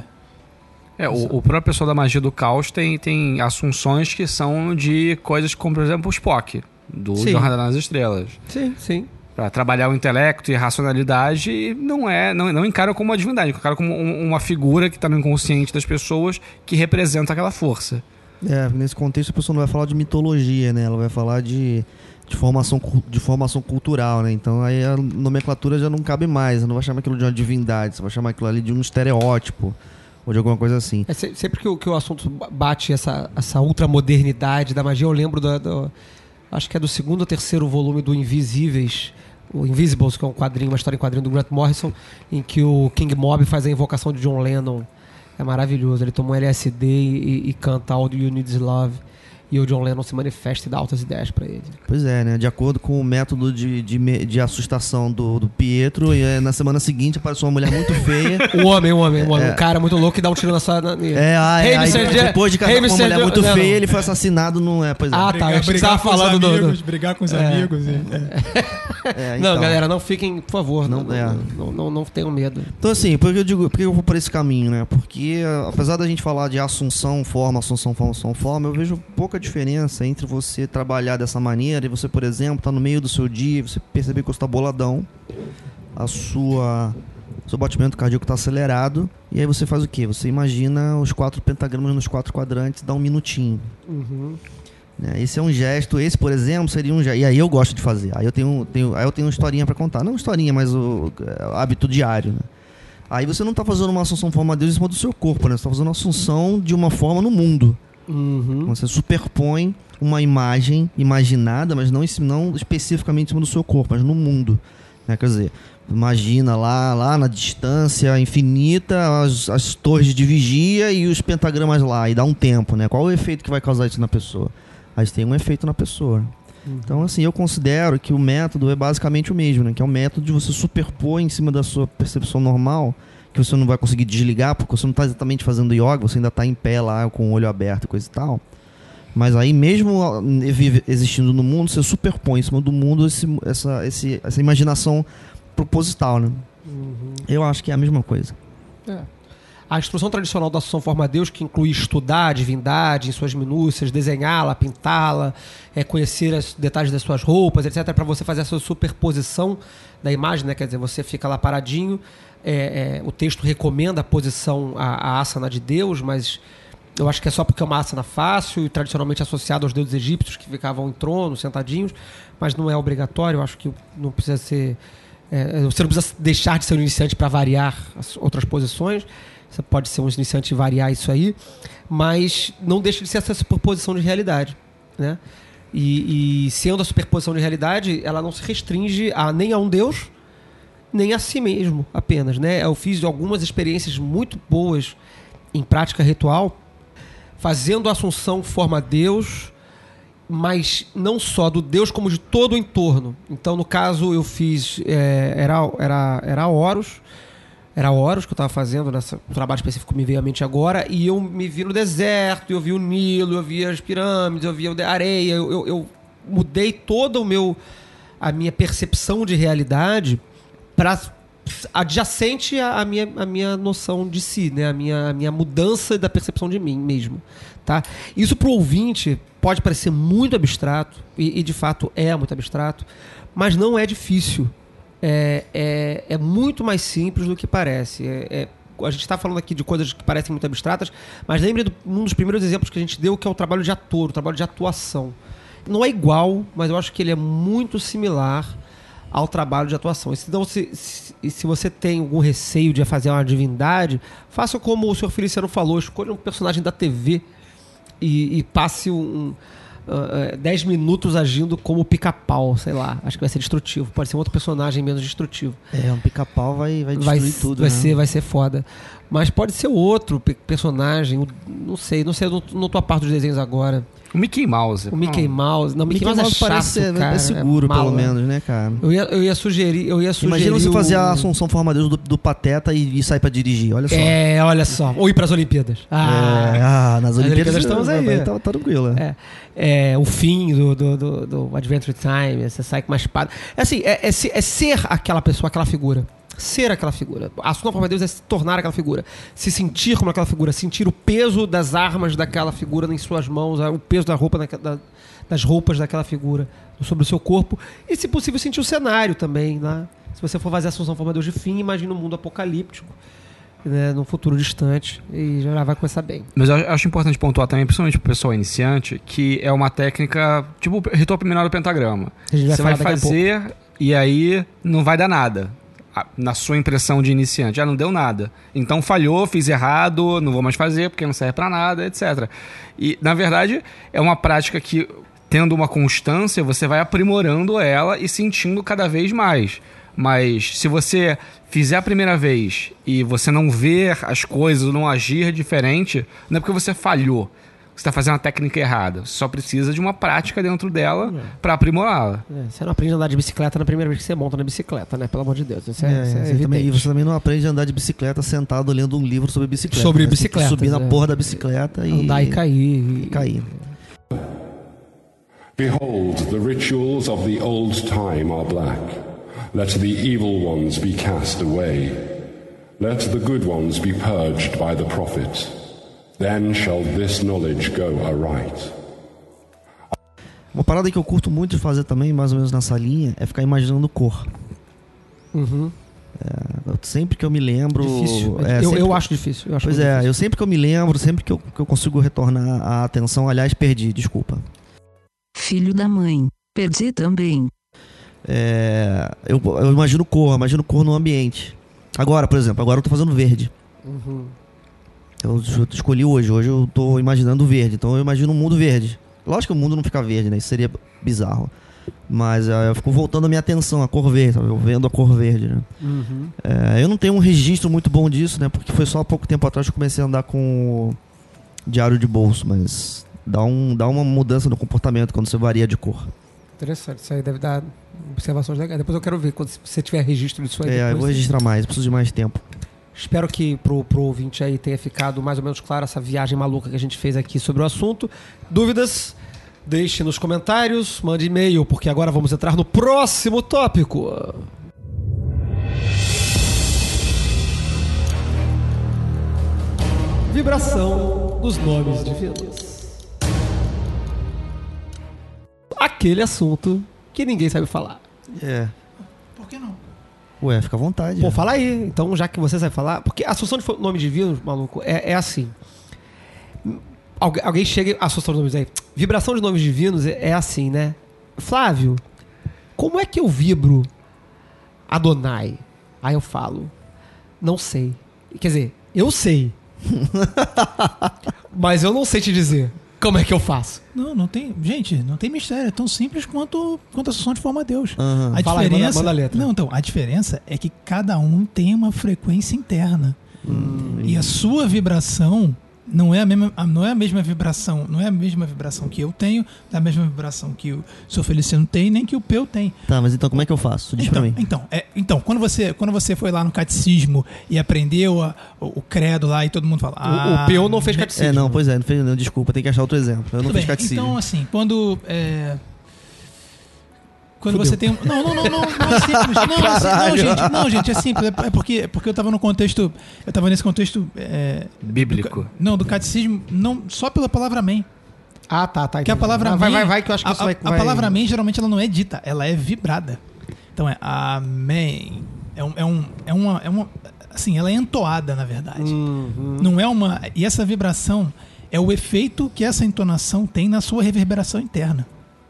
S3: O próprio pessoal da magia do caos tem assunções que são de coisas como, por exemplo, o Spock, do Jornada nas Estrelas.
S2: Sim.
S3: Para trabalhar o intelecto e a racionalidade, não encara como uma divindade, encara como uma figura que está no inconsciente das pessoas que representa aquela força.
S5: Nesse contexto a pessoa não vai falar de mitologia, né? Ela vai falar de formação cultural, né? Então aí a nomenclatura já não cabe mais. Você não vai chamar aquilo de uma divindade, você vai chamar aquilo ali de um estereótipo ou de alguma coisa assim.
S2: Sempre que o assunto bate essa ultramodernidade da magia, eu lembro acho que é do 2º ou 3º volume do Invisíveis, o Invisibles, que é uma história em quadrinho do Grant Morrison, em que o King Mob faz a invocação de John Lennon. É maravilhoso. Ele toma um LSD e canta All You Need Is Love. E o John Lennon se manifesta e dá altas ideias pra ele.
S5: Pois é, né? De acordo com o método de assustação do Pietro, e na semana seguinte apareceu uma mulher muito feia.
S2: Um homem. Um cara muito louco que dá um tiro na sua...
S5: Depois de casar com uma mulher muito feia, ele foi assassinado no... Pois é.
S2: Ah, tá. Eu achei que você tava falando
S4: brigar com os amigos.
S2: Então. Não, galera, não fiquem, por favor, não tenham medo.
S5: Então, assim, por que eu vou por esse caminho, né? Porque, apesar da gente falar de assunção, forma, eu vejo pouca diferença entre você trabalhar dessa maneira e você, por exemplo, tá no meio do seu dia, você perceber que você tá boladão, seu batimento cardíaco tá acelerado, e aí você faz o quê? Você imagina os 4 pentagramas nos 4 quadrantes, dá um minutinho. Esse é um gesto, esse, por exemplo, seria um gesto. E aí eu gosto de fazer. Aí eu tenho uma historinha pra contar. Não uma historinha, mas o hábito diário, né? Aí você não tá fazendo uma assunção forma a Deus em cima do seu corpo, né? Você tá fazendo uma assunção de uma forma no mundo. Você superpõe uma imagem imaginada, mas não especificamente em cima do seu corpo, mas no mundo, né? Quer dizer, imagina lá na distância infinita as torres de vigia e os pentagramas lá, e dá um tempo, né? Qual o efeito que vai causar isso na pessoa? Aí tem um efeito na pessoa. Então, assim, eu considero que o método é basicamente o mesmo, né? Que é o método de você superpor em cima da sua percepção normal, que você não vai conseguir desligar, porque você não está exatamente fazendo yoga, você ainda está em pé lá, com o olho aberto e coisa e tal. Mas aí, mesmo existindo no mundo, você superpõe em cima do mundo essa imaginação proposital, né? Eu acho que é a mesma coisa.
S2: A instrução tradicional da Assunção Forma a Deus, que inclui estudar a divindade em suas minúcias, desenhá-la, pintá-la, conhecer os detalhes das suas roupas, etc., para você fazer essa superposição da imagem, né? Quer dizer, você fica lá paradinho, o texto recomenda a posição, a asana de Deus, mas eu acho que é só porque é uma asana fácil e tradicionalmente associada aos deuses egípcios que ficavam em trono, sentadinhos, mas não é obrigatório. Eu acho que não precisa ser... você não precisa deixar de ser um iniciante para variar as outras posições. Você pode ser um iniciante e variar isso aí, mas não deixa de ser essa superposição de realidade, né? E sendo a superposição de realidade, ela não se restringe nem a um Deus, nem a si mesmo apenas, né? Eu fiz algumas experiências muito boas em prática ritual, fazendo a Assunção Forma a Deus, mas não só do Deus, como de todo o entorno. Então, no caso, eu fiz... Era Horus. Era Horus que eu estava fazendo, nesse trabalho específico que me veio à mente agora, e eu me vi no deserto, eu vi o Nilo, eu vi as pirâmides, eu vi a areia, eu mudei toda a minha percepção de realidade para adjacente à minha noção de si, né? A minha mudança da percepção de mim mesmo, tá? Isso para o ouvinte pode parecer muito abstrato, e de fato é muito abstrato, mas não é difícil. É muito mais simples do que parece. A gente está falando aqui de coisas que parecem muito abstratas, mas lembre de um dos primeiros exemplos que a gente deu, que é o trabalho de ator, o trabalho de atuação. Não é igual, mas eu acho que ele é muito similar ao trabalho de atuação. Então, se você tem algum receio de fazer uma divindade, faça como o Sr. Feliciano falou, escolha um personagem da TV e passe 10 minutos agindo como Pica-Pau, sei lá. Acho que vai ser destrutivo. Pode ser um outro personagem menos destrutivo.
S5: Um Pica-Pau vai destruir tudo.
S2: Vai ser foda. Mas pode ser outro personagem. Não sei, não tô a par dos desenhos agora.
S3: O Mickey Mouse.
S2: O Mickey Mouse. Não, o Mickey Mouse é chato,
S5: parece
S2: cara.
S5: É seguro, pelo menos, né, cara?
S2: Eu ia sugerir.
S5: Imagina você fazer a Assunção Forma Deus do Pateta e sair pra dirigir, olha só.
S2: Olha só. Ou ir pras Olimpíadas.
S5: Nas Olimpíadas
S2: estamos aí.
S5: Tá tranquilo.
S2: O fim do Adventure Time, você sai com uma espada. É ser aquela pessoa, aquela figura. Ser aquela figura. A Assunção Forma de Deus é se tornar aquela figura. Se sentir como aquela figura. Sentir o peso das armas daquela figura em suas mãos, o peso da roupa das roupas daquela figura sobre o seu corpo. E, se possível, sentir o cenário também, né? Se você for fazer a Assunção Forma de Deus de fim, imagina um mundo apocalíptico, né, num futuro distante, e já vai começar bem.
S3: Mas eu acho importante pontuar também, principalmente pro pessoal iniciante, que é uma técnica tipo ritual preliminar do pentagrama. Você vai fazer e aí não vai dar nada. na sua impressão de iniciante? Não deu nada. Então falhou, fiz errado, não vou mais fazer porque não serve pra nada, etc. E, na verdade, é uma prática que, tendo uma constância, você vai aprimorando ela e sentindo cada vez mais. Mas se você fizer a primeira vez e você não ver as coisas, não agir diferente, não é porque você falhou. Você está fazendo a técnica errada. Você só precisa de uma prática dentro dela para aprimorá-la.
S2: Você não aprende a andar de bicicleta na primeira vez que você monta na bicicleta, né? Pelo amor de Deus. Isso
S5: você também não aprende a andar de bicicleta sentado lendo um livro sobre bicicleta.
S2: Sobre bicicleta.
S5: Subir na porra da bicicleta e...
S2: andar e cair.
S5: E cair.
S9: Behold, the rituals of the old time are black. Let the evil ones be cast away. Let the good ones be purged by the prophets. Then shall this knowledge go aright.
S5: Uma parada que eu curto muito de fazer também, mais ou menos nessa linha, é ficar imaginando cor. Sempre que eu me lembro...
S2: Difícil. Eu acho difícil.
S5: Eu sempre que eu me lembro, sempre que eu consigo retornar a atenção... Aliás, perdi, desculpa.
S12: Filho da mãe, perdi também.
S5: Eu imagino cor no ambiente. Agora, por exemplo, eu tô fazendo verde. Eu escolhi hoje eu tô imaginando verde. Então eu imagino um mundo verde. Lógico que o mundo não fica verde, né? Isso seria bizarro. Mas eu fico voltando a minha atenção, a cor verde, sabe? Eu vendo a cor verde, né? Eu não tenho um registro muito bom disso, né? Porque foi só há pouco tempo atrás que eu comecei a andar com diário de bolso. Mas dá uma mudança no comportamento quando você varia de cor.
S2: Interessante, isso aí deve dar observações legais. Depois eu quero ver, quando você tiver registro disso aí.
S5: Eu vou registrar mais, preciso de mais tempo.
S2: Espero que pro ouvinte aí tenha ficado mais ou menos claro essa viagem maluca que a gente fez aqui sobre o assunto. Dúvidas? Deixe nos comentários, mande e-mail, porque agora vamos entrar no próximo tópico. Vibração dos nomes divinos. Aquele assunto que ninguém sabe falar.
S4: Por que não?
S5: Ué, fica à vontade.
S2: Pô, fala aí. Então, já que você sabe falar... Porque a associação de nome divino, maluco, é assim. Alguém chega... Associação de nomes aí. Vibração de nomes divinos é assim, né? Flávio, como é que eu vibro Adonai? Aí eu falo, não sei. Quer dizer, eu sei. Mas eu não sei te dizer como é que eu faço.
S4: Não tem... Gente, não tem mistério. É tão simples quanto a associação de forma a Deus.
S2: A diferença... Aí, manda a letra.
S4: Não, então, a diferença é que cada um tem uma frequência interna. E a sua vibração não é a mesma vibração que eu tenho, não é a mesma vibração que o seu Feliciano tem, nem que o Peu tem.
S5: Tá, mas então como é que eu faço? Diz pra mim.
S4: Então, quando você foi lá no catecismo e aprendeu o credo lá e todo mundo fala...
S2: O Peu não fez catecismo.
S5: Não, pois é, não fez, não, desculpa, tem que achar outro exemplo. Eu não fiz catecismo.
S4: Então, assim, quando você tem... Não é simples. Não, gente, é simples. É porque eu tava no contexto... Eu tava nesse contexto...
S3: bíblico.
S4: Do catecismo, não, só pela palavra amém.
S2: Tá.
S4: Que a palavra amém...
S2: Vai, que eu acho que
S4: a palavra amém, geralmente, ela não é dita, ela é vibrada. Então, amém. Assim, ela é entoada, na verdade. Não é uma... E essa vibração é o efeito que essa entonação tem na sua reverberação interna.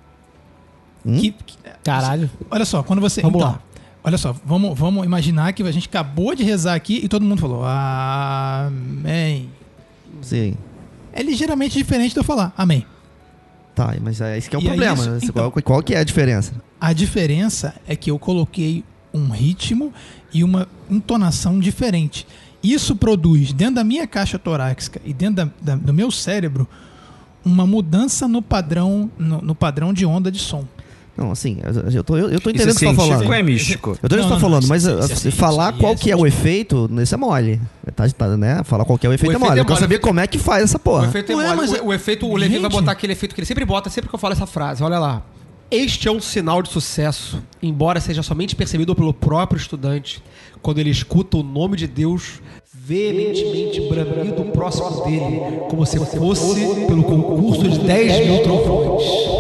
S2: Caralho.
S4: Olha só, quando você...
S2: Vamos lá.
S4: Olha só, vamos imaginar que a gente acabou de rezar aqui e todo mundo falou amém.
S5: Sim.
S4: É ligeiramente diferente de eu falar amém.
S5: Tá, mas esse que é o problema. Né? Então, qual que é a diferença?
S4: A diferença é que eu coloquei um ritmo e uma entonação diferente. Isso produz, dentro da minha caixa torácica e dentro do meu cérebro, uma mudança no padrão de onda de som.
S5: Não, assim, eu tô entendendo o que você tá falando.
S3: Isso é místico.
S5: Eu tô entendendo o que você tá falando, mas falar qual que é o efeito, isso é mole. Né? Falar qual que é o efeito é mole. Eu quero saber como é que faz essa porra.
S2: O efeito é mole. O efeito, o Levi vai botar aquele efeito que ele sempre bota, sempre que eu falo essa frase. Olha lá. Este é um sinal de sucesso, embora seja somente percebido pelo próprio estudante, quando ele escuta o nome de Deus veementemente bramido próximo dele, como se fosse pelo concurso de 10 mil trovões.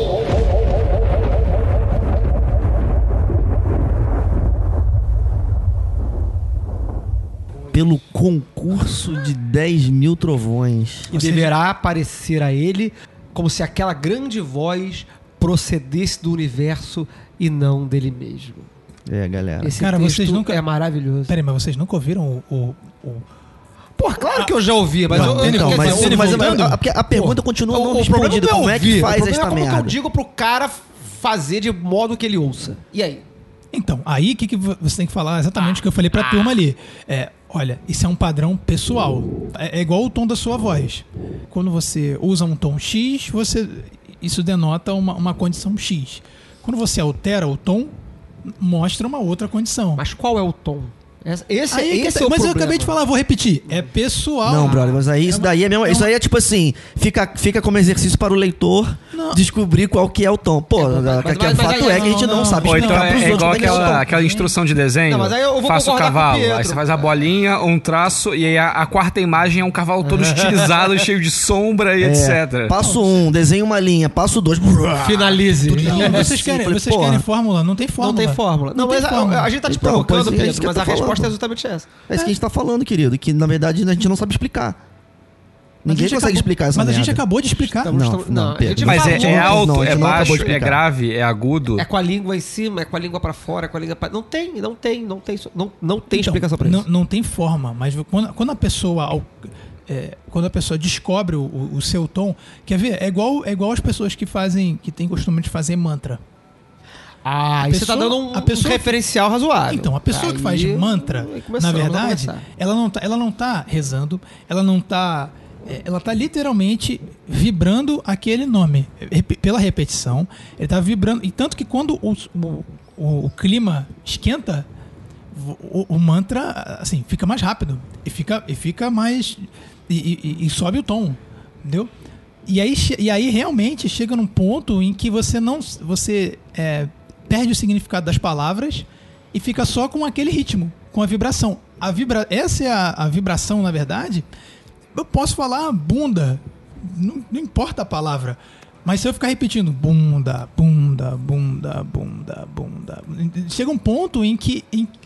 S5: Pelo concurso de 10 mil trovões.
S2: E deverá aparecer a ele como se aquela grande voz procedesse do universo e não dele mesmo.
S5: galera.
S2: Esse
S4: Cara,
S2: texto
S4: vocês nunca...
S2: é maravilhoso.
S4: Peraí, mas vocês nunca ouviram
S2: Pô, claro que eu já ouvi, mas
S5: porque a pergunta continua não respondida. Como é que faz esta merda?
S2: Como que eu digo pro cara fazer de modo que ele ouça? E aí?
S4: Então, aí o que você tem que falar exatamente o que eu falei pra turma ali. Olha, isso é um padrão pessoal. É igual o tom da sua voz. Quando você usa um tom X, isso denota uma condição X. Quando você altera o tom, mostra uma outra condição.
S2: Mas qual é o tom? Esse é o
S4: mas
S2: problema.
S4: eu acabei de falar, vou repetir. É pessoal.
S5: Não, brother, mas aí isso daí é mesmo. Isso aí é tipo assim, fica como exercício para o leitor descobrir qual que é o tom. Pô, o fato é que a gente não sabe
S3: explicar
S5: pros outros.
S3: É igual aquela instrução de desenho.
S2: Mas aí eu vou
S3: faça o cavalo.
S2: Aí
S3: você faz a bolinha, um traço, e aí a quarta imagem é um cavalo todo estilizado, cheio de sombra e etc.
S5: Passo 1, desenha uma linha. Passo 2,
S2: finalize.
S4: Vocês querem fórmula? Não tem fórmula.
S2: Não tem fórmula. Não, mas a gente tá te provocando, Pedro, mas a resposta é exatamente essa.
S5: É isso que a gente tá falando, querido. Que na verdade a gente não sabe explicar. Ninguém consegue explicar essa merda.
S4: Mas a gente acabou de explicar.
S3: Mas é alto, é baixo, é grave, é agudo.
S2: É com a língua em cima, é com a língua pra fora, é com a língua pra... Não tem explicação pra isso.
S4: Não tem forma, mas quando a pessoa descobre o seu tom, quer ver? É igual as pessoas que têm costume de fazer mantra.
S2: Aí você tá dando um referencial razoável.
S4: Então, a pessoa que faz mantra, na verdade, ela não tá rezando, ela tá literalmente vibrando aquele nome. Pela repetição, ele tá vibrando. E tanto que quando o clima esquenta, o mantra, assim, fica mais rápido. E fica mais... E sobe o tom, entendeu? E aí realmente chega num ponto em que você perde o significado das palavras e fica só com aquele ritmo, com a vibração. Essa é a vibração, na verdade. Eu posso falar bunda, não importa a palavra, mas se eu ficar repetindo bunda, bunda, bunda, bunda, bunda, chega um ponto em que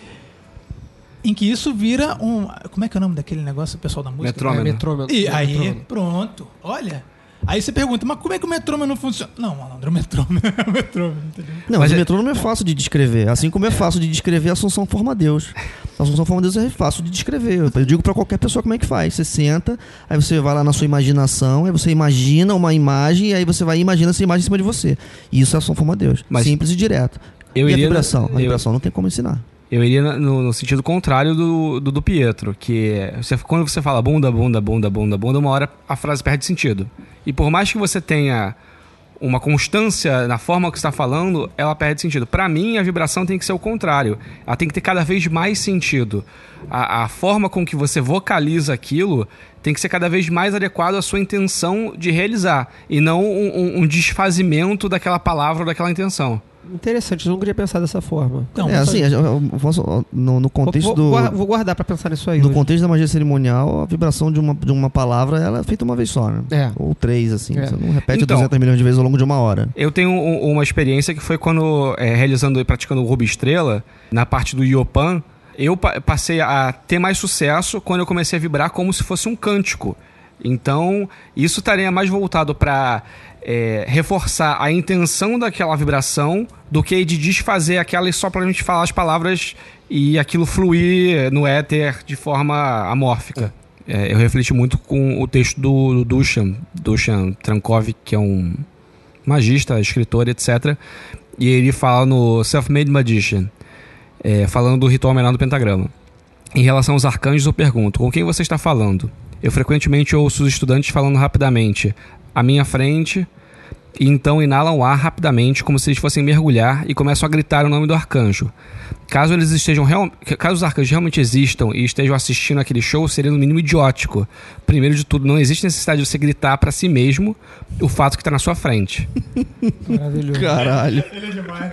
S4: isso vira um... Como é que é o nome daquele negócio, o pessoal da música?
S3: Metrônomo.
S4: E aí, pronto, olha... Aí você pergunta, mas como é que o metrônomo funciona? Não, malandro, o metrônomo, entendeu?
S5: Não, mas o metrônomo é fácil de descrever. Assim como é fácil de descrever a Assunção Forma-Deus. A Assunção Forma-Deus é fácil de descrever. Eu digo pra qualquer pessoa como é que faz. Você senta, aí você vai lá na sua imaginação, aí você imagina uma imagem, e aí você vai imaginando essa imagem em cima de você. E isso é a Assunção Forma-Deus. Simples e direto. E a vibração? A vibração não tem como ensinar.
S3: Eu iria no sentido contrário do Pietro, que quando você fala bunda, bunda, bunda, bunda, bunda, uma hora a frase perde sentido. E por mais que você tenha uma constância na forma que você está falando, ela perde sentido. Para mim, a vibração tem que ser o contrário. Ela tem que ter cada vez mais sentido. A forma com que você vocaliza aquilo tem que ser cada vez mais adequado à sua intenção de realizar. E não um desfazimento daquela palavra ou daquela intenção.
S2: Interessante, eu não queria pensar dessa forma.
S5: Não, assim, no contexto
S2: vou guardar pra pensar nisso aí.
S5: No contexto da magia cerimonial, a vibração de uma palavra, ela é feita uma vez só, né? Ou 3, assim. Você não repete 200 milhões de vezes ao longo de uma hora.
S3: Eu tenho uma experiência que foi quando, realizando e praticando o Ruby Estrela, na parte do Iopan, eu passei a ter mais sucesso quando eu comecei a vibrar como se fosse um cântico. Então, isso estaria mais voltado para reforçar a intenção daquela vibração do que de desfazer aquela e só pra gente falar as palavras e aquilo fluir no éter de forma amórfica. Eu refleti muito com o texto do Dusan Trankov, que é um magista, escritor, etc. E ele fala no Self-Made Magician, falando do ritual menor do pentagrama. Em relação aos arcanjos, eu pergunto, com quem você está falando? Eu frequentemente ouço os estudantes falando rapidamente à minha frente, e então inalam o ar rapidamente, como se eles fossem mergulhar, e começam a gritar o nome do arcanjo. Caso os arcanjos realmente existam e estejam assistindo aquele show, seria no mínimo idiótico. Primeiro de tudo, não existe necessidade de você gritar pra si mesmo o fato que tá na sua frente.
S2: Maravilhoso.
S5: Caralho.
S4: Ele é demais.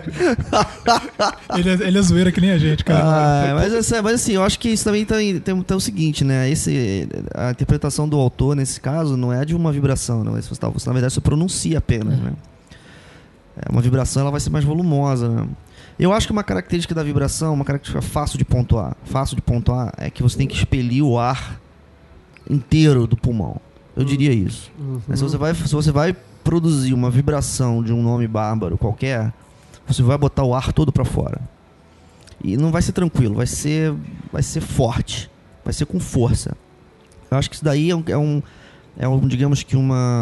S4: Ele é zoeira que nem a gente, cara.
S5: Mas assim, eu acho que isso também tem o seguinte, né? A interpretação do autor, nesse caso, não é de uma vibração, não. Você, na verdade, você pronuncia apenas, né? Uma vibração, ela vai ser mais volumosa, né? Eu acho que uma característica da vibração, uma característica fácil de pontuar, é que você tem que expelir o ar inteiro do pulmão. Eu diria isso. Mas se você vai produzir uma vibração de um nome bárbaro qualquer, você vai botar o ar todo para fora. E não vai ser tranquilo, vai ser forte, vai ser com força. Eu acho que isso daí é um digamos que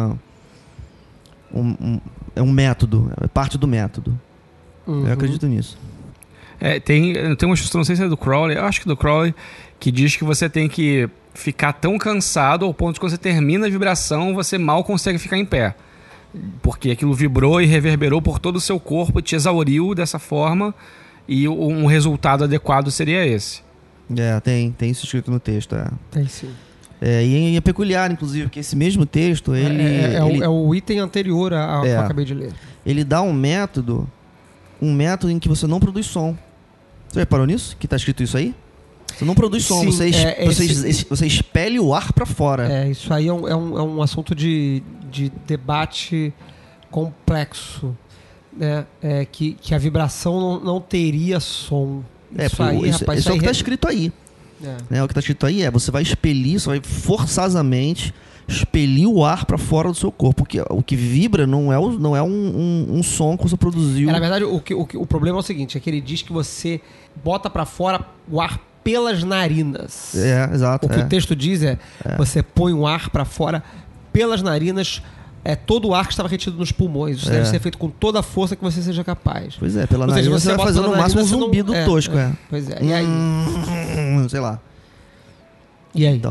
S5: é um método, é parte do método. Eu acredito nisso.
S3: Tem uma instrução, não sei se é do Crowley, eu acho que do Crowley, que diz que você tem que ficar tão cansado ao ponto de que quando você termina a vibração, você mal consegue ficar em pé. Porque aquilo vibrou e reverberou por todo o seu corpo, te exauriu dessa forma, e um resultado adequado seria esse.
S5: Tem isso escrito no texto.
S2: Tem sim.
S5: E é peculiar, inclusive, que esse mesmo texto,
S2: é o item anterior ao que eu acabei de ler.
S5: Ele dá um método em que você não produz som. Você reparou nisso? Que tá escrito isso aí? Você não produz som,
S2: Sim,
S5: você expele o ar para fora.
S2: Isso aí é um assunto de debate complexo, né? Que a vibração não teria som. Isso
S5: é o que tá escrito aí. O que tá escrito aí você vai expelir, você vai forçosamente expelir o ar para fora do seu corpo. Porque o que vibra não é um som que você produziu.
S2: Na verdade, o problema é o seguinte, é que ele diz que você bota para fora o ar pelas narinas.
S5: Exato.
S2: O que o texto diz você põe o ar para fora pelas narinas, todo o ar que estava retido nos pulmões. Isso deve ser feito com toda a força que você seja capaz.
S5: Pois é, pela narina você vai fazendo no máximo um zumbido tosco.
S2: Pois é, e aí?
S5: Sei lá.
S2: E aí?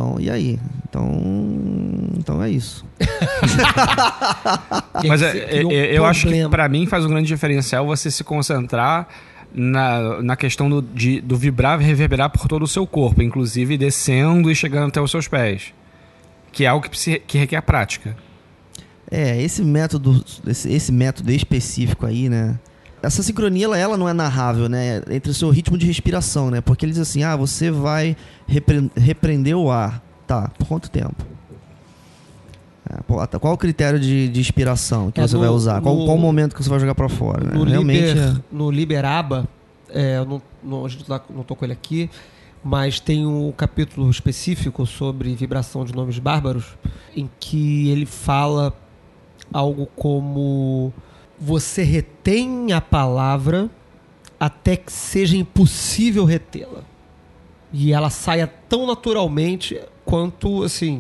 S5: Então é isso.
S3: Mas eu acho que pra mim faz um grande diferencial você se concentrar na questão do vibrar e reverberar por todo o seu corpo, inclusive descendo e chegando até os seus pés, que é algo que requer prática.
S5: Esse método específico aí, né? Essa sincronia, ela não é narrável, né? Entre o seu ritmo de respiração, né? Porque ele diz assim, você vai repreender o ar. Tá, por quanto tempo? Qual o critério de inspiração que você vai usar? Qual o momento que você vai jogar pra fora? Né?
S2: No Liberaba, a gente não tô com ele aqui, mas tem um capítulo específico sobre vibração de nomes bárbaros, em que ele fala algo como: você retém a palavra até que seja impossível retê-la. E ela saia tão naturalmente quanto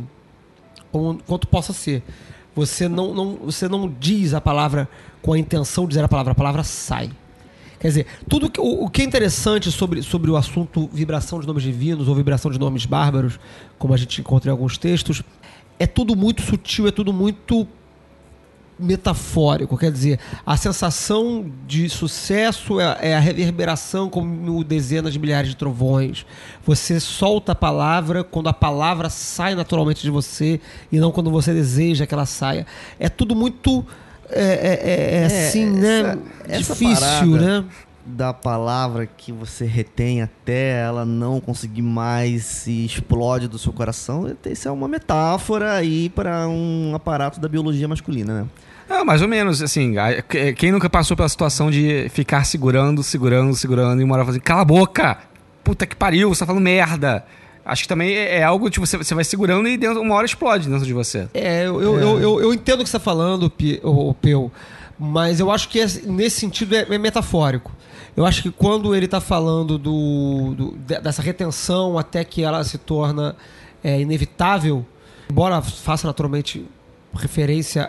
S2: possa ser. Você não diz a palavra com a intenção de dizer a palavra sai. Quer dizer, o que é interessante sobre o assunto vibração de nomes divinos ou vibração de nomes bárbaros, como a gente encontra em alguns textos, é tudo muito sutil, é tudo muito metafórico. Quer dizer, a sensação de sucesso é a reverberação como dezenas de milhares de trovões. Você solta a palavra quando a palavra sai naturalmente de você e não quando você deseja que ela saia. É tudo muito assim, né? Difícil, né?
S5: Da palavra que você retém até ela não conseguir mais se explode do seu coração, isso é uma metáfora aí para um aparato da biologia masculina, né?
S3: Mais ou menos, assim, quem nunca passou pela situação de ficar segurando e uma hora falar assim, cala a boca, puta que pariu, você tá falando merda. Acho que também é algo que você vai segurando e uma hora explode dentro de você.
S2: Eu entendo o que você tá falando, Peu, mas eu acho que nesse sentido é metafórico. Eu acho que quando ele está falando dessa retenção até que ela se torna inevitável, embora faça naturalmente referência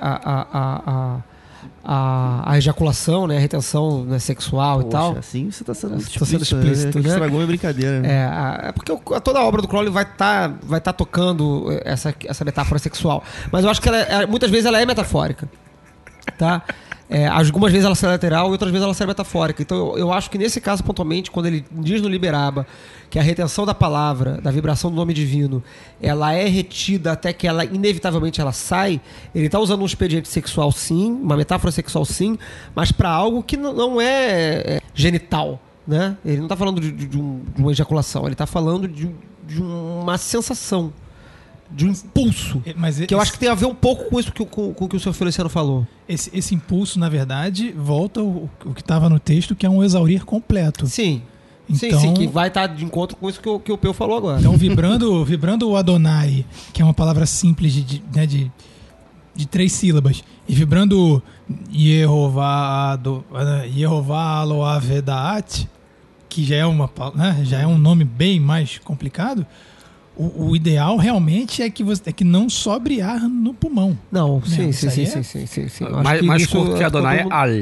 S2: à ejaculação, né, a retenção, né, sexual, e tal.
S5: Assim você está sendo explícito, né? Estragou minha brincadeira.
S2: É porque toda a obra do Crowley vai tá tocando essa metáfora sexual. Mas eu acho que muitas vezes ela é metafórica, tá? Algumas vezes ela será literal e outras vezes ela será metafórica. Então eu acho que nesse caso pontualmente, quando ele diz no Liberaba que a retenção da palavra, da vibração do nome divino, ela é retida até que ela inevitavelmente ela sai, ele está usando um expediente sexual sim, uma metáfora sexual sim, mas para algo que não é genital, né? Ele não está falando de uma ejaculação, ele está falando de uma sensação, de um impulso, que eu acho que tem a ver um pouco com isso com o que o Sr. Feliciano falou.
S4: Esse impulso, na verdade, volta o que estava no texto, que é um exaurir completo.
S2: Sim. Então, sim, que vai estar de encontro com isso que o Peu falou agora.
S4: Então, vibrando o Adonai, que é uma palavra simples de 3 sílabas, e vibrando Yehová Aloha Vedaat, que já é um nome bem mais complicado, o ideal realmente é que não sobre ar no pulmão.
S2: Não, sim.
S3: Mais curto que Adonai é Al.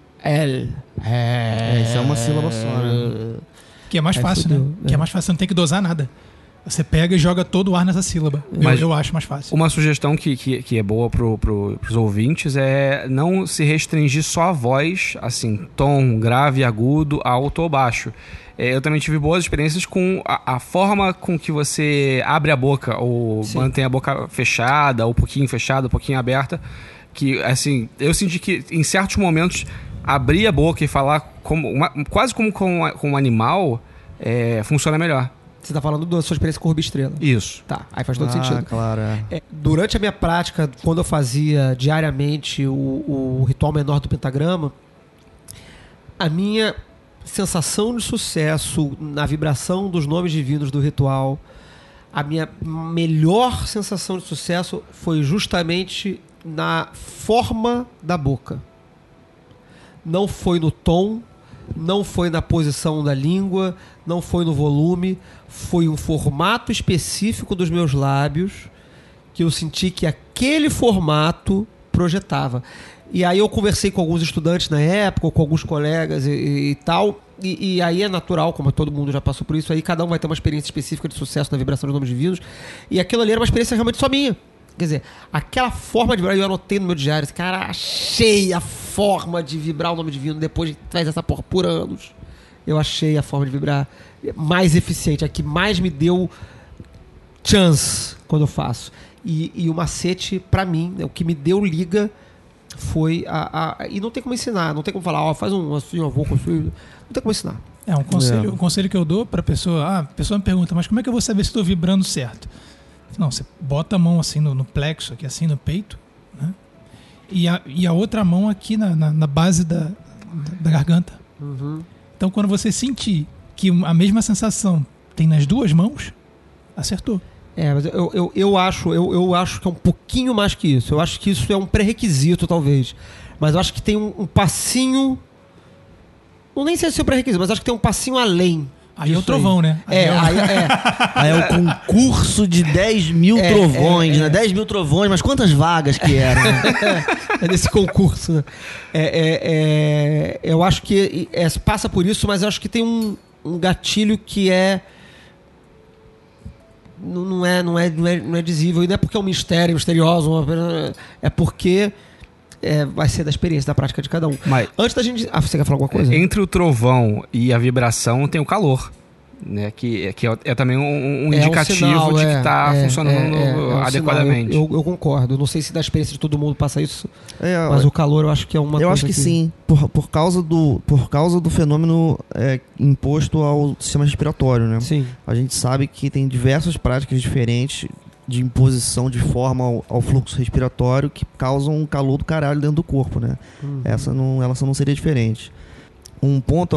S5: Isso é uma sílaba só, né?
S4: Que é mais fácil, né? Que é mais fácil, você não tem que dosar nada. Você pega e joga todo o ar nessa sílaba. Mas eu acho mais fácil.
S3: Uma sugestão que é boa pros ouvintes é não se restringir só a voz, assim, tom, grave, agudo, alto ou baixo. Eu também tive boas experiências com a forma com que você abre a boca, ou mantém a boca fechada, ou um pouquinho fechada, um pouquinho aberta. Que, assim, eu senti que em certos momentos abrir a boca e falar quase como com um animal funciona melhor.
S2: Você tá falando da sua experiência com o Rubi Estrela.
S3: Isso.
S2: Tá, aí faz todo sentido.
S5: Claro.
S2: Durante a minha prática, quando eu fazia diariamente o ritual menor do pentagrama, a minha sensação de sucesso na vibração dos nomes divinos do ritual, a minha melhor sensação de sucesso foi justamente na forma da boca. Não foi no tom, não foi na posição da língua, não foi no volume, foi um formato específico dos meus lábios que eu senti que aquele formato projetava. E aí eu conversei com alguns estudantes na época, com alguns colegas e tal, e aí é natural, como todo mundo já passou por isso, aí cada um vai ter uma experiência específica de sucesso na vibração dos nomes divinos, e aquilo ali era uma experiência realmente só minha. Quer dizer, aquela forma de vibrar, eu anotei no meu diário, cara, achei a forma de vibrar o nome divino depois de fazer essa porra por anos. Eu achei a forma de vibrar mais eficiente, a que mais me deu chance quando eu faço. E o macete, pra mim, o que me deu liga foi e não tem como ensinar, não tem como falar, faz um assim, eu vou construir. Não tem como ensinar.
S4: Um conselho que eu dou pra pessoa, a pessoa me pergunta, mas como é que eu vou saber se estou vibrando certo? Não, você bota a mão assim no plexo, aqui assim no peito, né? E a outra mão aqui na base da garganta.
S2: Uhum.
S4: Então, quando você sentir que a mesma sensação tem nas duas mãos, acertou.
S2: Mas eu acho que é um pouquinho mais que isso. Eu acho que isso é um pré-requisito, talvez. Mas eu acho que tem um passinho... Não nem sei se é um pré-requisito, mas acho que tem um passinho além.
S4: Aí é o trovão, né?
S5: Aí é o concurso de 10 mil trovões, né? 10 mil trovões, mas quantas vagas que eram?
S2: É desse concurso, né? Eu acho que passa por isso, mas eu acho que tem um gatilho que não é dizível. E não é porque é um mistério misterioso, é porque vai ser da experiência, da prática de cada um.
S3: Mas
S2: antes da gente... você quer falar alguma coisa?
S3: Entre o trovão e a vibração tem o calor, né? Que é também um indicativo
S2: sinal,
S3: de que está funcionando adequadamente.
S2: Eu concordo. Não sei se da experiência de todo mundo passa isso, mas o calor eu acho que é uma coisa.
S5: Eu acho que sim, por causa do fenômeno imposto ao sistema respiratório, né?
S2: Sim.
S5: A gente sabe que tem diversas práticas diferentes de imposição de forma ao fluxo respiratório que causam um calor do caralho dentro do corpo, né? Essa não seria diferente. Um ponto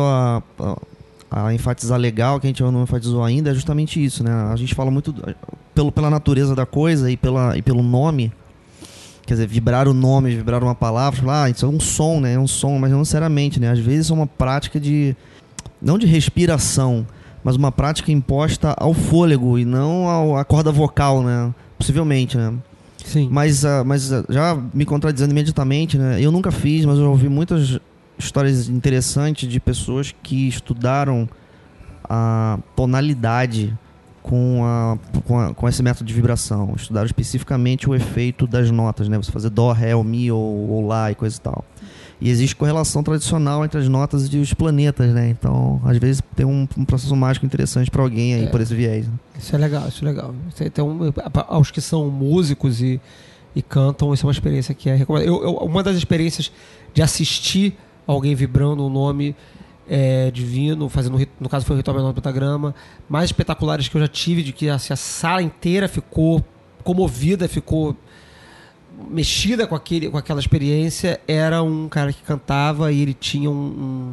S5: a enfatizar legal, que a gente não enfatizou ainda, é justamente isso, né? A gente fala muito pela natureza da coisa e pelo nome, quer dizer, vibrar o nome, vibrar uma palavra, falar, isso é um som, né? É um som, mas não necessariamente, né? Às vezes é uma prática não de respiração, mas uma prática imposta ao fôlego e não à corda vocal, né? Possivelmente, né?
S2: Sim.
S5: Mas já me contradizendo imediatamente, né? Eu nunca fiz, mas eu ouvi muitas histórias interessantes de pessoas que estudaram a tonalidade com esse método de vibração. Estudaram especificamente o efeito das notas, né? Você fazer dó, ré, mi ou lá e coisa e tal. E existe correlação tradicional entre as notas e os planetas, né? Então, às vezes, tem um processo mágico interessante para alguém aí por esse viés. Né?
S2: Isso é legal. Aos que são músicos e cantam, isso é uma experiência que é recomendada. Uma das experiências de assistir alguém vibrando um nome divino, fazendo, no caso foi o ritual menor do pentagrama, mais espetaculares que eu já tive, de que a sala inteira ficou comovida, ficou mexida com aquela experiência, era um cara que cantava e ele tinha um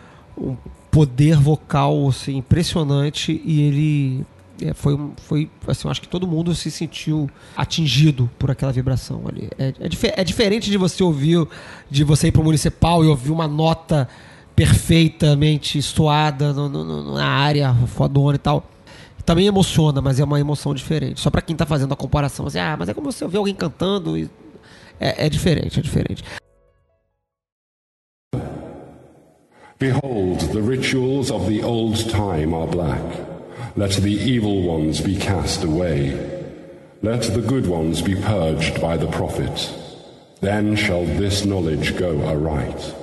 S2: poder vocal assim, impressionante, e ele foi assim, eu acho que todo mundo se sentiu atingido por aquela vibração ali. É diferente de você ouvir, de você ir pro municipal e ouvir uma nota perfeitamente suada na área fodona e tal. Também emociona, mas é uma emoção diferente. Só pra quem tá fazendo a comparação, assim, mas é como você vê alguém cantando e é diferente, é diferente.
S9: Behold, the rituals of the old time are black. Let the evil ones be cast away. Let the good ones be purged by the prophets. Then shall this knowledge go aright.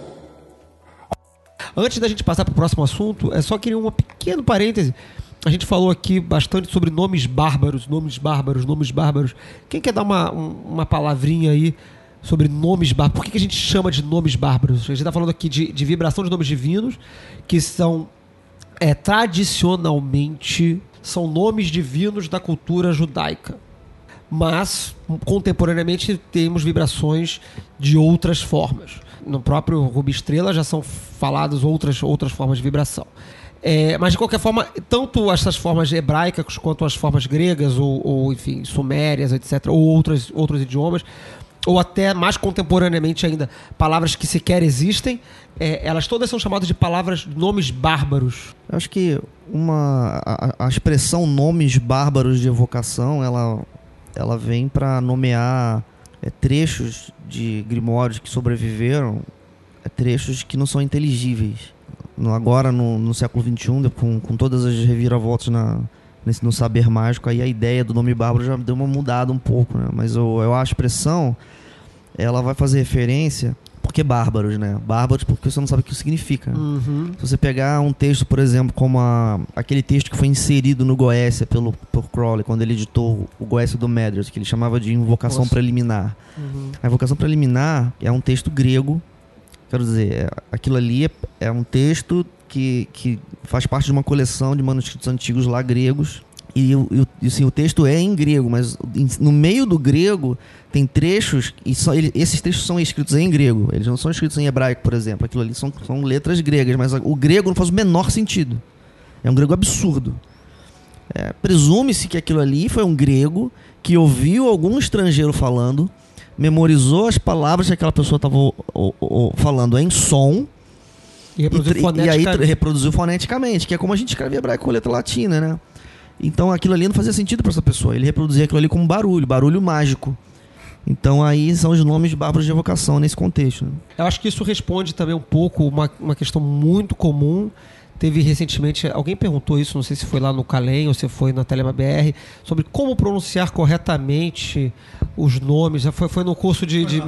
S2: Antes da gente passar pro próximo assunto, só queria um pequeno parêntese. A gente falou aqui bastante sobre nomes bárbaros. Quem quer dar uma palavrinha aí sobre nomes bárbaros? Por que a gente chama de nomes bárbaros? A gente está falando aqui de vibração de nomes divinos, que são tradicionalmente são nomes divinos da cultura judaica. Mas, contemporaneamente, temos vibrações de outras formas. No próprio Rubi Estrela já são faladas outras formas de vibração. Mas, de qualquer forma, tanto essas formas hebraicas quanto as formas gregas, ou enfim, sumérias, etc., ou outros idiomas, ou até mais contemporaneamente ainda, palavras que sequer existem, elas todas são chamadas de palavras, nomes bárbaros.
S5: Eu acho que a expressão nomes bárbaros de evocação, ela vem para nomear trechos de grimórios que sobreviveram, trechos que não são inteligíveis. Agora, no século XXI, com todas as reviravoltas no saber mágico, aí a ideia do nome bárbaro já deu uma mudada um pouco, né? Mas a expressão, ela vai fazer referência, porque bárbaros, né? Bárbaros porque você não sabe o que significa.
S2: Uhum.
S5: Se você pegar um texto, por exemplo, como aquele texto que foi inserido no Goécia por Crowley, quando ele editou o Goécia do Medras, que ele chamava de invocação preliminar.
S2: Uhum.
S5: A invocação preliminar é um texto grego. Quero dizer, aquilo ali é um texto que faz parte de uma coleção de manuscritos antigos lá gregos. E assim, o texto é em grego, mas no meio do grego tem trechos, e esses textos são escritos em grego. Eles não são escritos em hebraico, por exemplo. Aquilo ali são letras gregas, mas o grego não faz o menor sentido. É um grego absurdo. Presume-se que aquilo ali foi um grego que ouviu algum estrangeiro falando, memorizou as palavras que aquela pessoa estava falando em som e aí reproduziu foneticamente, que é como a gente escreve hebraico com letra latina, né? Então aquilo ali não fazia sentido para essa pessoa. Ele reproduzia aquilo ali como barulho mágico. Então aí são os nomes bárbaros de evocação nesse contexto, né?
S2: Eu acho que isso responde também um pouco uma questão muito comum. Teve recentemente, alguém perguntou isso, não sei se foi lá no Calem ou se foi na Telema BR, sobre como pronunciar corretamente os nomes. Foi no curso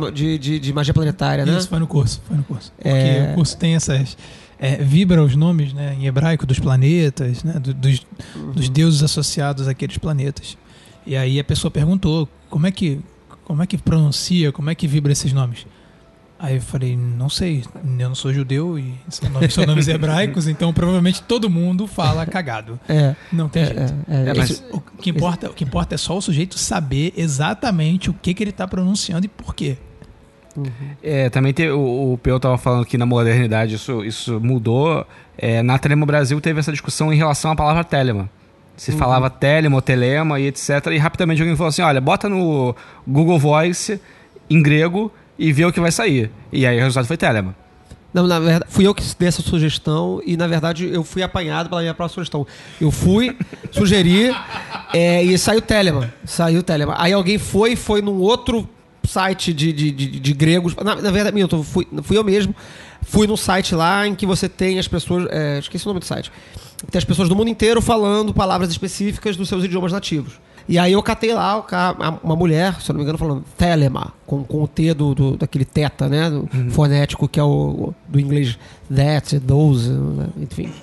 S2: de magia planetária, né?
S4: Isso, foi no curso. Porque o curso tem essas... vibra os nomes, né, em hebraico dos planetas, né, dos deuses associados àqueles planetas. E aí a pessoa perguntou, como é que pronuncia, como é que vibra esses nomes? Aí eu falei, não sei, eu não sou judeu e são nomes hebraicos, então provavelmente todo mundo fala cagado. Não tem jeito. Mas o que importa é só o sujeito saber exatamente o que ele está pronunciando e por quê.
S3: Uhum. Também o Peu estava falando que na modernidade isso mudou. Na Telema Brasil teve essa discussão em relação à palavra telema. Se falava telema ou telema e etc. E rapidamente alguém falou assim, olha, bota no Google Voice em grego e vê o que vai sair. E aí o resultado foi telema.
S2: Não, na verdade, fui eu que dei essa sugestão e, na verdade, eu fui apanhado pela minha própria sugestão. Eu fui, sugeri e saiu telema. Aí alguém foi num outro site de gregos. Na verdade, fui eu mesmo. Fui num site lá em que você tem as pessoas... esqueci o nome do site. Tem as pessoas do mundo inteiro falando palavras específicas dos seus idiomas nativos. E aí eu catei lá uma mulher, se eu não me engano, falando telema, com o T daquele teta, né? Do fonético, que é o do inglês that, those, né? Enfim.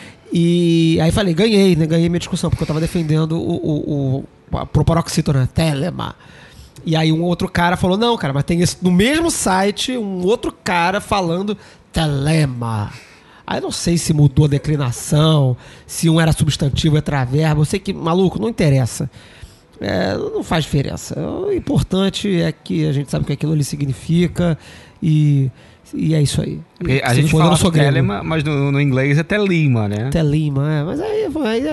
S2: E aí falei, ganhei minha discussão, porque eu estava defendendo o proparoxítona, telema. E aí um outro cara falou, não, cara, mas tem no mesmo site um outro cara falando telema. Aí eu não sei se mudou a declinação, se um era substantivo, outro era verbo. Eu sei que, maluco, não interessa. Não faz diferença. O importante é que a gente sabe o que aquilo ali significa e é isso aí.
S3: Porque a gente fala telema, mas no inglês é telima, né?
S2: Telima, mas aí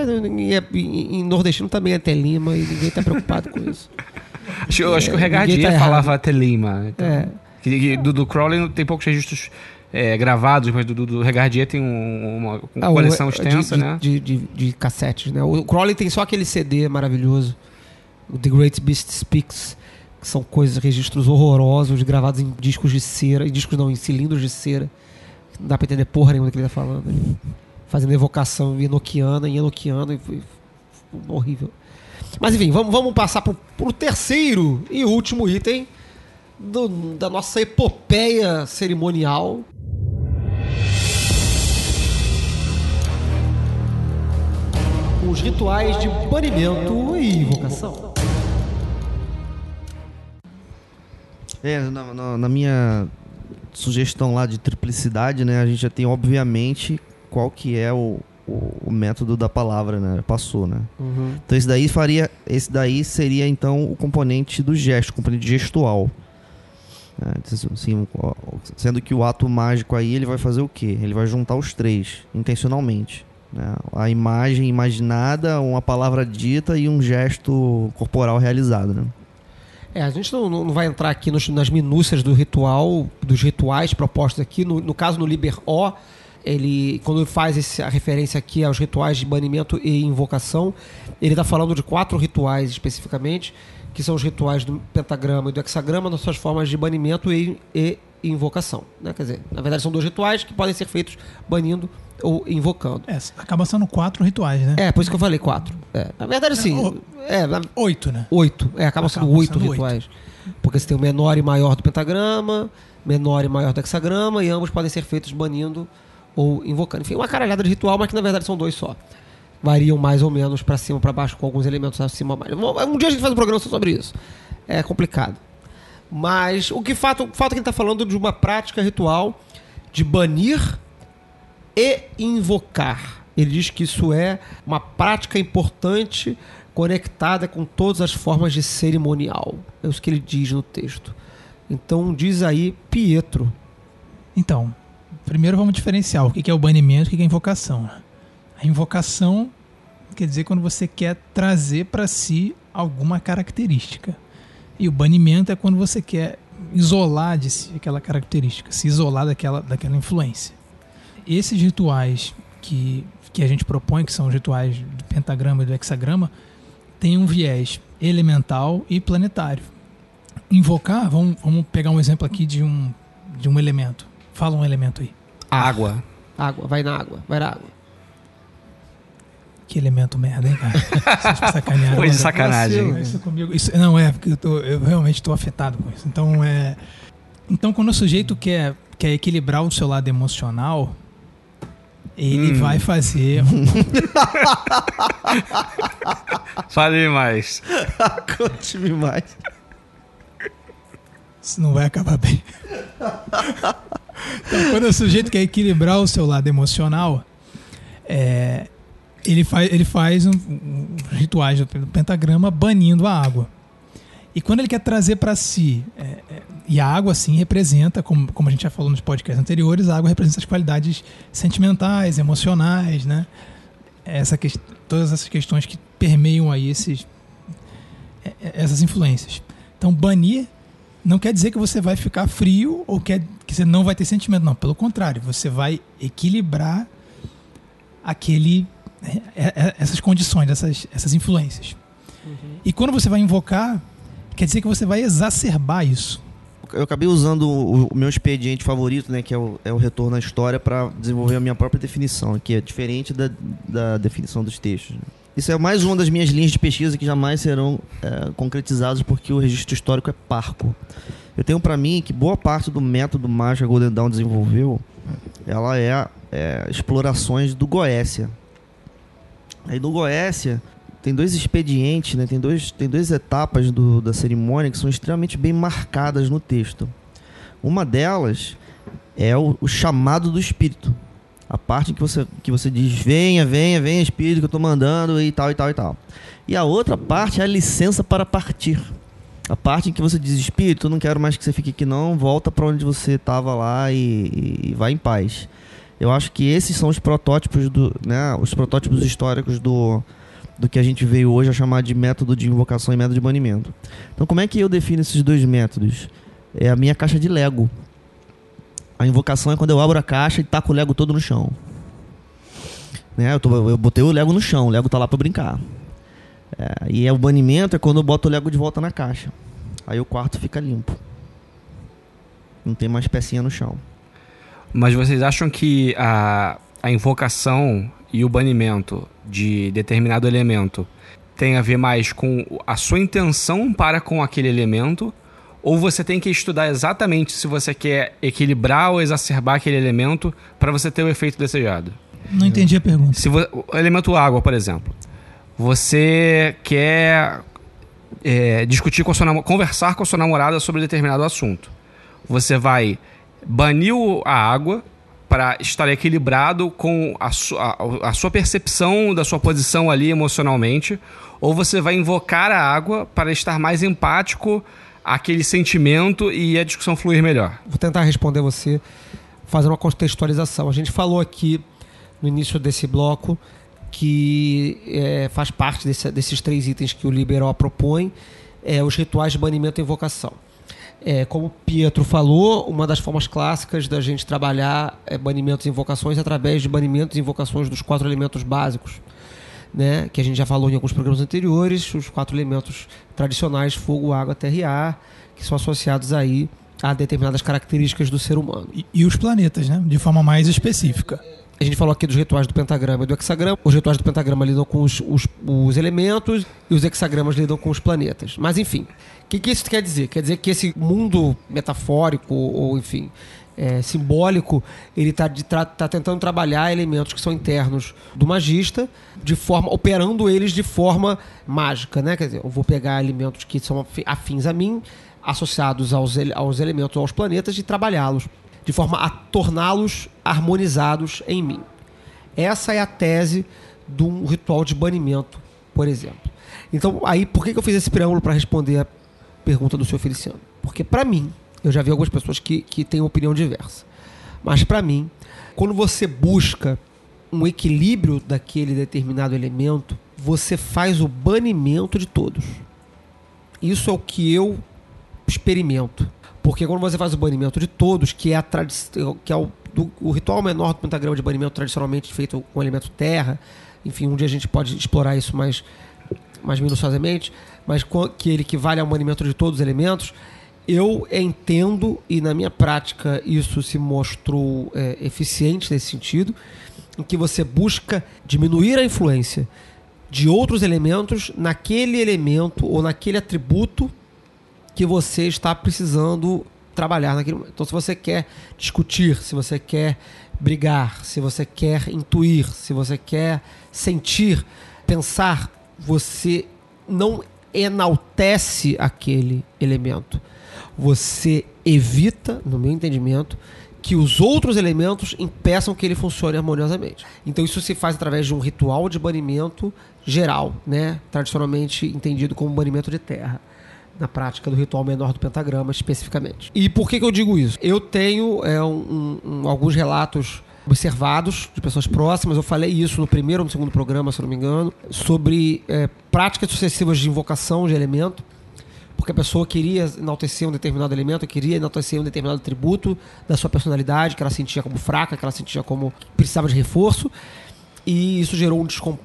S2: em nordestino também é telima e ninguém tá preocupado com isso.
S3: Acho que o Regardia falava telima. Então, do Crowley tem poucos registros gravados, mas do Regardier tem uma coleção extensa, né?
S2: De cassetes, né? O Crowley tem só aquele CD maravilhoso, o The Great Beast Speaks, que são registros horrorosos, gravados em discos de cera, em cilindros de cera. Não dá pra entender porra nenhuma do que ele tá falando ali. Fazendo evocação enoquiana, e horrível. Mas enfim, vamos passar pro terceiro e último item da nossa epopeia cerimonial. Os rituais de banimento e invocação.
S5: Na minha sugestão lá de triplicidade, né, a gente já tem obviamente qual que é o método da palavra, né? Passou, né? Uhum. Então esse daí seria então o componente do gesto, o componente gestual. Assim, sendo que o ato mágico aí ele vai fazer o quê? Ele vai juntar os três, intencionalmente. Né? A imagem imaginada, uma palavra dita e um gesto corporal realizado, né?
S2: A gente não vai entrar aqui nas minúcias do ritual, dos rituais propostos aqui. No caso, no Liber O, ele, quando faz a referência aqui aos rituais de banimento e invocação, ele está falando de 4 rituais especificamente, que são os rituais do pentagrama e do hexagrama nas suas formas de banimento e invocação. Né? Quer dizer, na verdade são 2 rituais que podem ser feitos banindo ou invocando.
S4: Acaba sendo 4 rituais, né?
S2: Por isso que eu falei 4. Na verdade, assim...
S4: 8, né?
S2: 8. Acaba sendo 8 rituais. Porque você tem o menor e maior do pentagrama, menor e maior do hexagrama, e ambos podem ser feitos banindo ou invocando. Enfim, uma caralhada de ritual, mas que na verdade são 2 só. Variam mais ou menos para cima ou para baixo, com alguns elementos acima ou mais. Um dia a gente faz um programa sobre isso. É complicado. Mas o fato é que ele está falando de uma prática ritual de banir e invocar. Ele diz que isso é uma prática importante conectada com todas as formas de cerimonial. É isso que ele diz no texto. Então diz aí Pietro.
S4: Então, primeiro vamos diferenciar o que é o banimento e o que é a invocação. A invocação quer dizer quando você quer trazer para si alguma característica. E o banimento é quando você quer isolar de si aquela característica, se isolar daquela influência. Esses rituais que a gente propõe, que são os rituais do pentagrama e do hexagrama, tem um viés elemental e planetário. Invocar, vamos pegar um exemplo aqui de um elemento. Fala um elemento aí.
S3: Água.
S2: Vai na água.
S4: Que elemento merda, hein, cara? Vocês sacanearam.
S3: Foi de sacanagem.
S4: Isso comigo. Porque eu realmente estou afetado com isso. Então, quando o sujeito quer equilibrar o seu lado emocional, ele vai fazer...
S3: Fale mais.
S5: Conte-me mais.
S4: Isso não vai acabar bem. Então, quando o sujeito quer equilibrar o seu lado emocional, ele faz rituais do pentagrama banindo a água. E quando ele quer trazer para si... e a água, sim, representa, como a gente já falou nos podcasts anteriores, a água representa as qualidades sentimentais, emocionais, né? Todas essas questões que permeiam aí essas influências. Então, banir não quer dizer que você vai ficar frio ou que você não vai ter sentimento. Não, pelo contrário, você vai equilibrar essas condições, essas influências. Uhum. E quando você vai invocar, quer dizer que você vai exacerbar isso.
S5: Eu acabei usando o meu expediente favorito, né, que é o retorno à história, para desenvolver a minha própria definição, que é diferente da definição dos textos. Isso é mais uma das minhas linhas de pesquisa que jamais serão concretizadas porque o registro histórico é parco. Eu tenho para mim que boa parte do método mágico que a Golden Dawn desenvolveu, ela é explorações do Goécia. Aí do Goécia tem 2 expedientes, né? Tem duas etapas da cerimônia que são extremamente bem marcadas no texto. Uma delas é o chamado do espírito. A parte que você diz, venha espírito que eu estou mandando e tal. E a outra parte é a licença para partir. A parte em que você diz, espírito, eu não quero mais que você fique aqui não, volta para onde você estava lá e vai em paz. Eu acho que esses são os protótipos os protótipos históricos do que a gente veio hoje a chamar de método de invocação e método de banimento. Então, como é que eu defino esses 2 métodos? É a minha caixa de Lego. A invocação é quando eu abro a caixa e taco o Lego todo no chão. Né? Eu botei o Lego no chão, o Lego tá lá pra brincar. E o banimento é quando eu boto o Lego de volta na caixa. Aí o quarto fica limpo. Não tem mais pecinha no chão.
S3: Mas vocês acham que a invocação e o banimento de determinado elemento tem a ver mais com a sua intenção para com aquele elemento? Ou você tem que estudar exatamente se você quer equilibrar ou exacerbar aquele elemento para você ter o efeito desejado?
S4: Não entendi a pergunta.
S3: O elemento água, por exemplo. Você quer discutir com conversar com a sua namorada sobre determinado assunto. Você vai banir a água para estar equilibrado com a sua percepção da sua posição ali emocionalmente, ou você vai invocar a água para estar mais empático àquele sentimento e a discussão fluir melhor.
S2: Vou tentar responder você fazendo uma contextualização. A gente falou aqui no início desse bloco que faz parte desses 3 itens que o Liberó propõe, os rituais de banimento e invocação. Como o Pietro falou, uma das formas clássicas da gente trabalhar banimentos e invocações é através de banimentos e invocações dos 4 elementos básicos, né? Que a gente já falou em alguns programas anteriores, os 4 elementos tradicionais, fogo, água, terra e ar, que são associados aí a determinadas características do ser humano.
S4: E os planetas, né? De forma mais específica.
S2: A gente falou aqui dos rituais do pentagrama e do hexagrama. Os rituais do pentagrama lidam com os elementos e os hexagramas lidam com os planetas. Mas, enfim, o que isso quer dizer? Quer dizer que esse mundo metafórico ou, enfim, simbólico, ele tá tentando trabalhar elementos que são internos do magista, operando eles de forma mágica, né? Quer dizer, eu vou pegar elementos que são afins a mim, associados aos elementos ou aos planetas, e trabalhá-los de forma a torná-los harmonizados em mim. Essa é a tese de um ritual de banimento, por exemplo. Então, aí, por que eu fiz esse preâmbulo para responder a pergunta do Sr. Feliciano? Porque, para mim, eu já vi algumas pessoas que têm opinião diversa, mas, para mim, quando você busca um equilíbrio daquele determinado elemento, você faz o banimento de todos. Isso é o que eu experimento. Porque quando você faz o banimento de todos, que é o ritual menor do pentagrama de banimento tradicionalmente feito com o elemento terra, enfim, um dia a gente pode explorar isso mais minuciosamente, mas que ele equivale ao banimento de todos os elementos, eu entendo, e na minha prática isso se mostrou eficiente nesse sentido, em que você busca diminuir a influência de outros elementos naquele elemento ou naquele atributo que você está precisando trabalhar naquele momento. Então, se você quer discutir, se você quer brigar, se você quer intuir, se você quer sentir, pensar, você não enaltece aquele elemento. Você evita, no meu entendimento, que os outros elementos impeçam que ele funcione harmoniosamente. Então, isso se faz através de um ritual de banimento geral, né? Tradicionalmente entendido como banimento de terra, na prática do ritual menor do pentagrama, especificamente. E por que eu digo isso? Eu tenho alguns relatos observados de pessoas próximas, eu falei isso no primeiro ou no segundo programa, se eu não me engano, sobre práticas sucessivas de invocação de elemento, porque a pessoa queria enaltecer um determinado elemento, queria enaltecer um determinado atributo da sua personalidade, que ela sentia como fraca, que ela sentia como que precisava de reforço, e isso gerou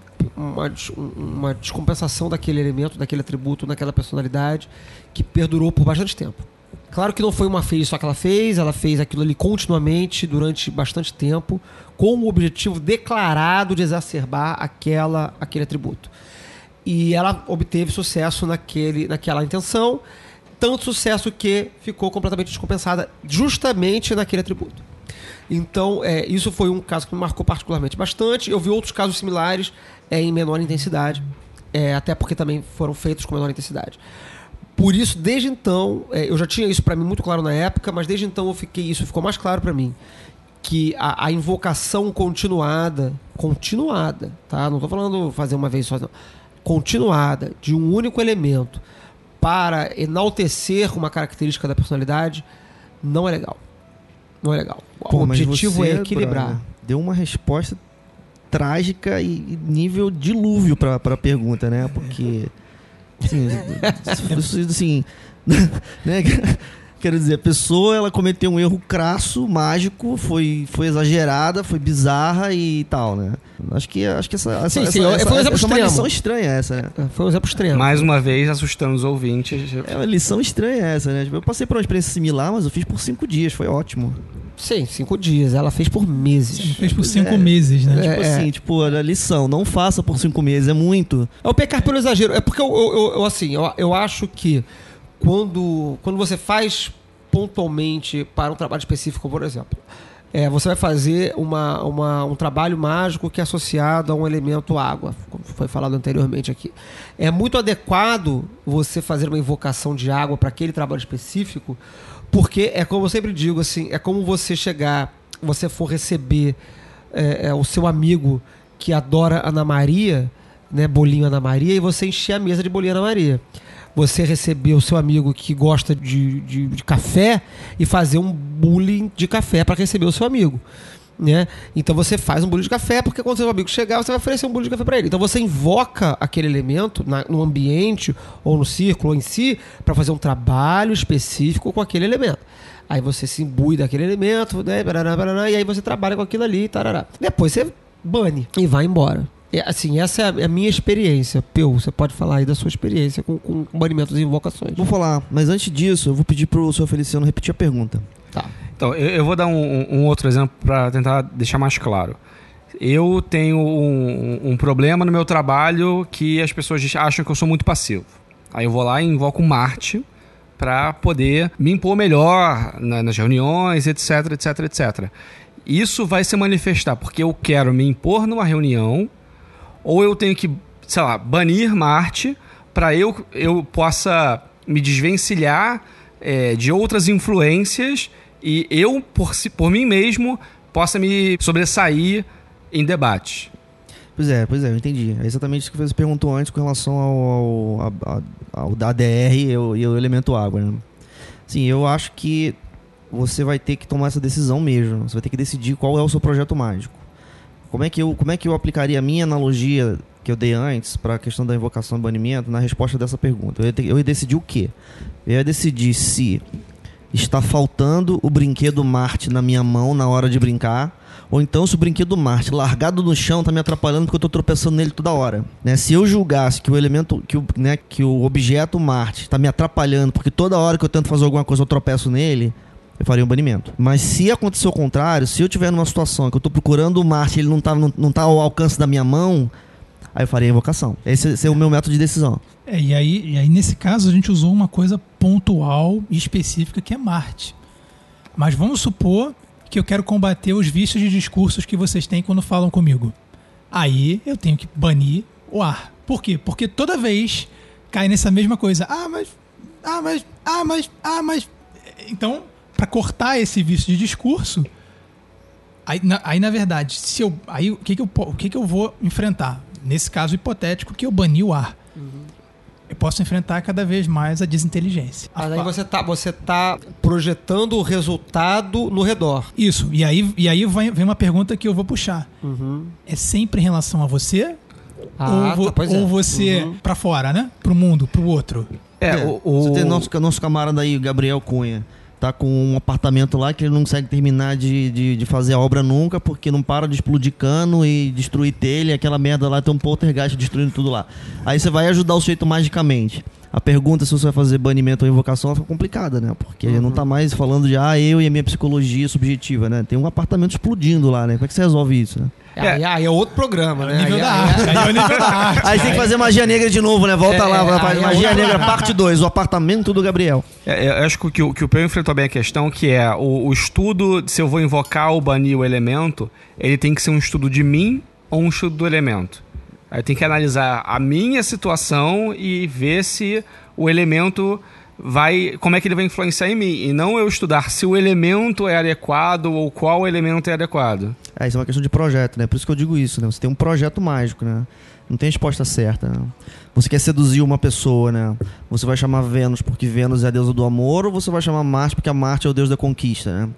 S2: uma descompensação daquele elemento, daquele atributo, naquela personalidade, que perdurou por bastante tempo. Claro que não foi uma vez só que ela fez aquilo ali continuamente durante bastante tempo, com o objetivo declarado de exacerbar aquele atributo. E ela obteve sucesso naquela intenção, tanto sucesso que ficou completamente descompensada justamente naquele atributo. Então, isso foi um caso que me marcou particularmente bastante. Eu vi outros casos similares em menor intensidade, até porque também foram feitos com menor intensidade. Por isso, desde então, eu já tinha isso para mim muito claro na época, mas desde então isso ficou mais claro para mim, que a invocação continuada, tá? Não estou falando fazer uma vez só, não. Continuada, de um único elemento para enaltecer uma característica da personalidade, não é legal. Não é legal. O objetivo é equilibrar.
S5: Brian, deu uma resposta trágica e nível dilúvio para a pergunta, né? Porque assim, né? Quero dizer, a pessoa, ela cometeu um erro crasso, mágico, foi exagerada, foi bizarra e tal, né? Acho que essa
S2: foi uma
S5: lição estranha essa, né?
S2: Foi um exemplo extremo.
S3: Mais uma vez, assustando os ouvintes.
S5: É uma lição estranha essa, né? Eu passei por uma experiência similar, mas eu fiz por 5 dias, foi ótimo.
S2: Sim, 5 dias. Ela fez por meses.
S4: Sim, fez por 5 meses, né?
S5: A lição, não faça por 5 meses, é muito.
S2: É o pecar pelo exagero. É porque eu acho que quando você faz pontualmente para um trabalho específico, por exemplo, você vai fazer um trabalho mágico que é associado a um elemento água, como foi falado anteriormente aqui. É muito adequado você fazer uma invocação de água para aquele trabalho específico, porque é como eu sempre digo, assim, é como você for receber o seu amigo que adora Ana Maria, né, bolinho Ana Maria, e você encher a mesa de bolinho Ana Maria. Você receber o seu amigo que gosta de café e fazer um bule de café para receber o seu amigo, né? Então você faz um bule de café, porque quando seu amigo chegar, você vai oferecer um bule de café para ele. Então você invoca aquele elemento no ambiente ou no círculo ou em si para fazer um trabalho específico com aquele elemento. Aí você se imbui daquele elemento, né? E aí você trabalha com aquilo ali, tarará. Depois você bane e vai embora. Assim, essa é a minha experiência. Peu, você pode falar aí da sua experiência com banimentos e invocações.
S5: Vou falar, mas antes disso, eu vou pedir pro senhor Feliciano repetir a pergunta.
S2: Tá.
S3: Então, eu vou dar um outro exemplo para tentar deixar mais claro. Eu tenho um problema no meu trabalho que as pessoas acham que eu sou muito passivo. Aí eu vou lá e invoco Marte para poder me impor melhor nas reuniões, etc, etc, etc. Isso vai se manifestar porque eu quero me impor numa reunião, ou eu tenho que, sei lá, banir Marte para eu possa me desvencilhar de outras influências e eu, por mim mesmo, possa me sobressair em debate.
S5: Pois é, eu entendi. É exatamente isso que você perguntou antes com relação ao da ADR e o elemento água, né? Sim, eu acho que você vai ter que tomar essa decisão mesmo. Você vai ter que decidir qual é o seu projeto mágico. Como é que eu aplicaria a minha analogia que eu dei antes para a questão da invocação e banimento na resposta dessa pergunta? Eu ia decidir o quê? Eu ia decidir se está faltando o brinquedo Marte na minha mão na hora de brincar, ou então se o brinquedo Marte largado no chão está me atrapalhando porque eu estou tropeçando nele toda hora. Né? Se eu julgasse que o elemento, que o objeto Marte está me atrapalhando porque toda hora que eu tento fazer alguma coisa eu tropeço nele, eu faria um banimento. Mas se acontecer o contrário, se eu estiver numa situação que eu estou procurando o Marte e ele não tá ao alcance da minha mão, aí eu faria a invocação. Esse é o meu método de decisão.
S4: E aí, nesse caso, a gente usou uma coisa pontual e específica que é Marte. Mas vamos supor que eu quero combater os vícios de discursos que vocês têm quando falam comigo. Aí eu tenho que banir o ar. Por quê? Porque toda vez cai nessa mesma coisa. Mas... Então, para cortar esse vício de discurso, aí na verdade, o que eu vou enfrentar? Nesse caso hipotético que eu bani o ar. Eu posso enfrentar cada vez mais a desinteligência.
S2: Mas aí você tá projetando o resultado no redor.
S4: Isso. E aí vem uma pergunta que eu vou puxar. É sempre em relação a você? Ou você pra fora, né? Pro mundo, pro outro?
S5: Você tem nosso camarada aí, Gabriel Cunha. Tá com um apartamento lá que ele não consegue terminar de fazer a obra nunca, porque não para de explodir cano e destruir telha, aquela merda lá, tem um poltergeist destruindo tudo lá. Aí você vai ajudar o sujeito magicamente. A pergunta se você vai fazer banimento ou invocação fica complicada, né? Porque não tá mais falando de eu e a minha psicologia subjetiva, né? Tem um apartamento explodindo lá, né? Como é que você resolve isso, né?
S2: Aí é outro programa, né?
S4: Nível da arte. Aí é o nível da arte.
S5: Aí tem que fazer magia negra de novo, né? Volta lá, magia negra parte 2, o apartamento do Gabriel.
S3: Eu acho que o Peu enfrentou bem a questão, que é o estudo de se eu vou invocar ou banir o elemento, ele tem que ser um estudo de mim ou um estudo do elemento. Aí eu tenho que analisar a minha situação e ver se o elemento como é que ele vai influenciar em mim, e não eu estudar se o elemento é adequado ou qual elemento é adequado.
S5: Isso é uma questão de projeto, né? Por isso que eu digo isso, né? Você tem um projeto mágico, né? Não tem resposta certa, né? Você quer seduzir uma pessoa, né? Você vai chamar Vênus porque Vênus é a deusa do amor, ou você vai chamar Marte porque a Marte é o deus da conquista, né?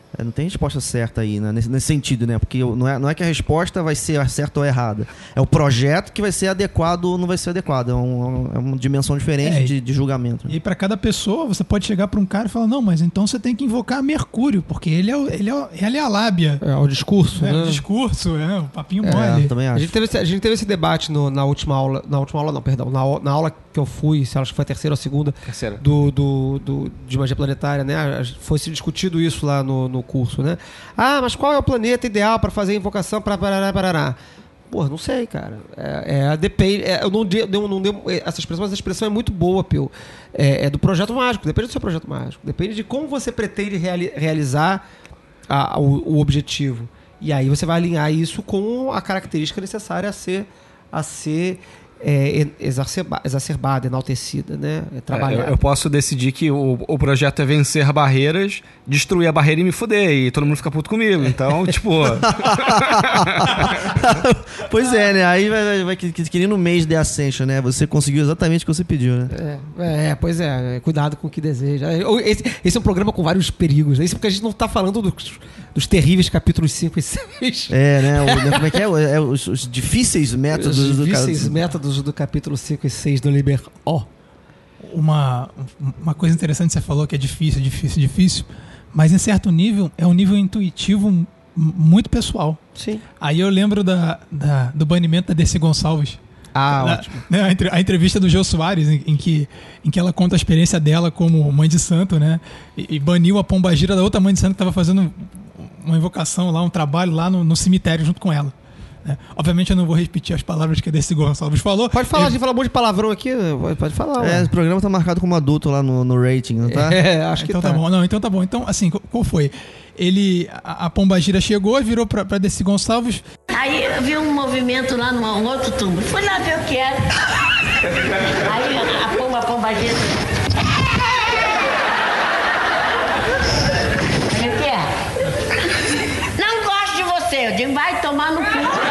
S5: Não tem resposta certa aí, né? Nesse sentido, né? Porque não é que a resposta vai ser certa ou errada. É o projeto que vai ser adequado ou não vai ser adequado. É uma dimensão diferente de julgamento.
S4: E para cada pessoa, você pode chegar para um cara e falar, não, mas então você tem que invocar Mercúrio, porque ele é a lábia.
S2: É o discurso, né?
S4: O discurso, o papinho mole.
S5: Também acho.
S2: A gente teve esse debate na última aula. Na última aula, não, perdão. Na aula que eu fui, se acho que foi a terceira ou a segunda.
S3: Terceira.
S2: De magia planetária, né? Foi se discutido isso lá no curso, né? Ah, mas qual é o planeta ideal para fazer a invocação para parará? Pô, não sei, cara. Depende. Eu não dei essa expressão, mas a expressão é muito boa, Pio. É do projeto mágico, depende do seu projeto mágico. Depende de como você pretende realizar o objetivo. E aí você vai alinhar isso com a característica necessária a ser exacerbada, enaltecida, né?
S3: Eu posso decidir que o projeto é vencer barreiras, destruir a barreira e me fuder, e todo mundo fica puto comigo. Então, tipo...
S5: Pois é, né? Aí vai que no mês de Ascension, né? Você conseguiu exatamente o que você pediu, né?
S2: Pois é. Cuidado com o que deseja. Esse é um programa com vários perigos, né? Isso porque a gente não tá falando dos terríveis capítulos 5 e 6.
S5: Né? Como é que é? Os difíceis métodos
S2: do capítulo 5 e 6 do Liber O.
S4: Uma coisa interessante que você falou que é difícil, mas em certo nível é um nível intuitivo muito pessoal.
S2: Sim.
S4: Aí eu lembro do banimento da Dercy Gonçalves.
S2: Ótimo.
S4: A entrevista do Jô Soares, em que ela conta a experiência dela como mãe de santo, né? E baniu a pombagira da outra mãe de santo que estava fazendo uma invocação lá, um trabalho lá no cemitério junto com ela. Obviamente eu não vou repetir as palavras que a Dercy Gonçalves falou.
S2: Pode falar, a gente falou um monte de palavrão aqui. Pode falar.
S5: O programa tá marcado como adulto lá no rating, não tá?
S2: Acho que
S4: então tá bom. Não, então tá bom. Então, assim, qual foi? A pombagira chegou, virou pra Dercy Gonçalves.
S13: Aí eu vi um movimento lá num outro túmulo. Fui lá ver o que era. Aí a pombagira... O que é? Não gosto de você. Eu digo, vai tomar no cu.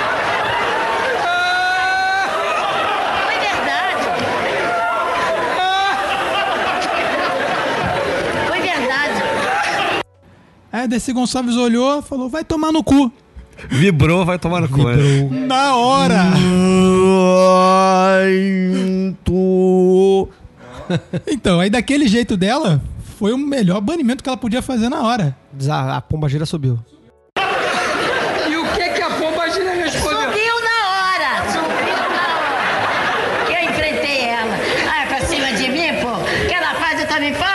S4: Aí a Dercy Gonçalves olhou e falou, vai tomar no cu.
S3: Vibrou, vai tomar no cu.
S4: Na hora! Então, aí daquele jeito dela, foi o melhor banimento que ela podia fazer na hora.
S2: A pombagira subiu.
S3: E o que a pombagira respondeu?
S13: Subiu na hora! Que eu enfrentei ela. Ah, é pra cima de mim, pô? O que ela faz, eu também faço.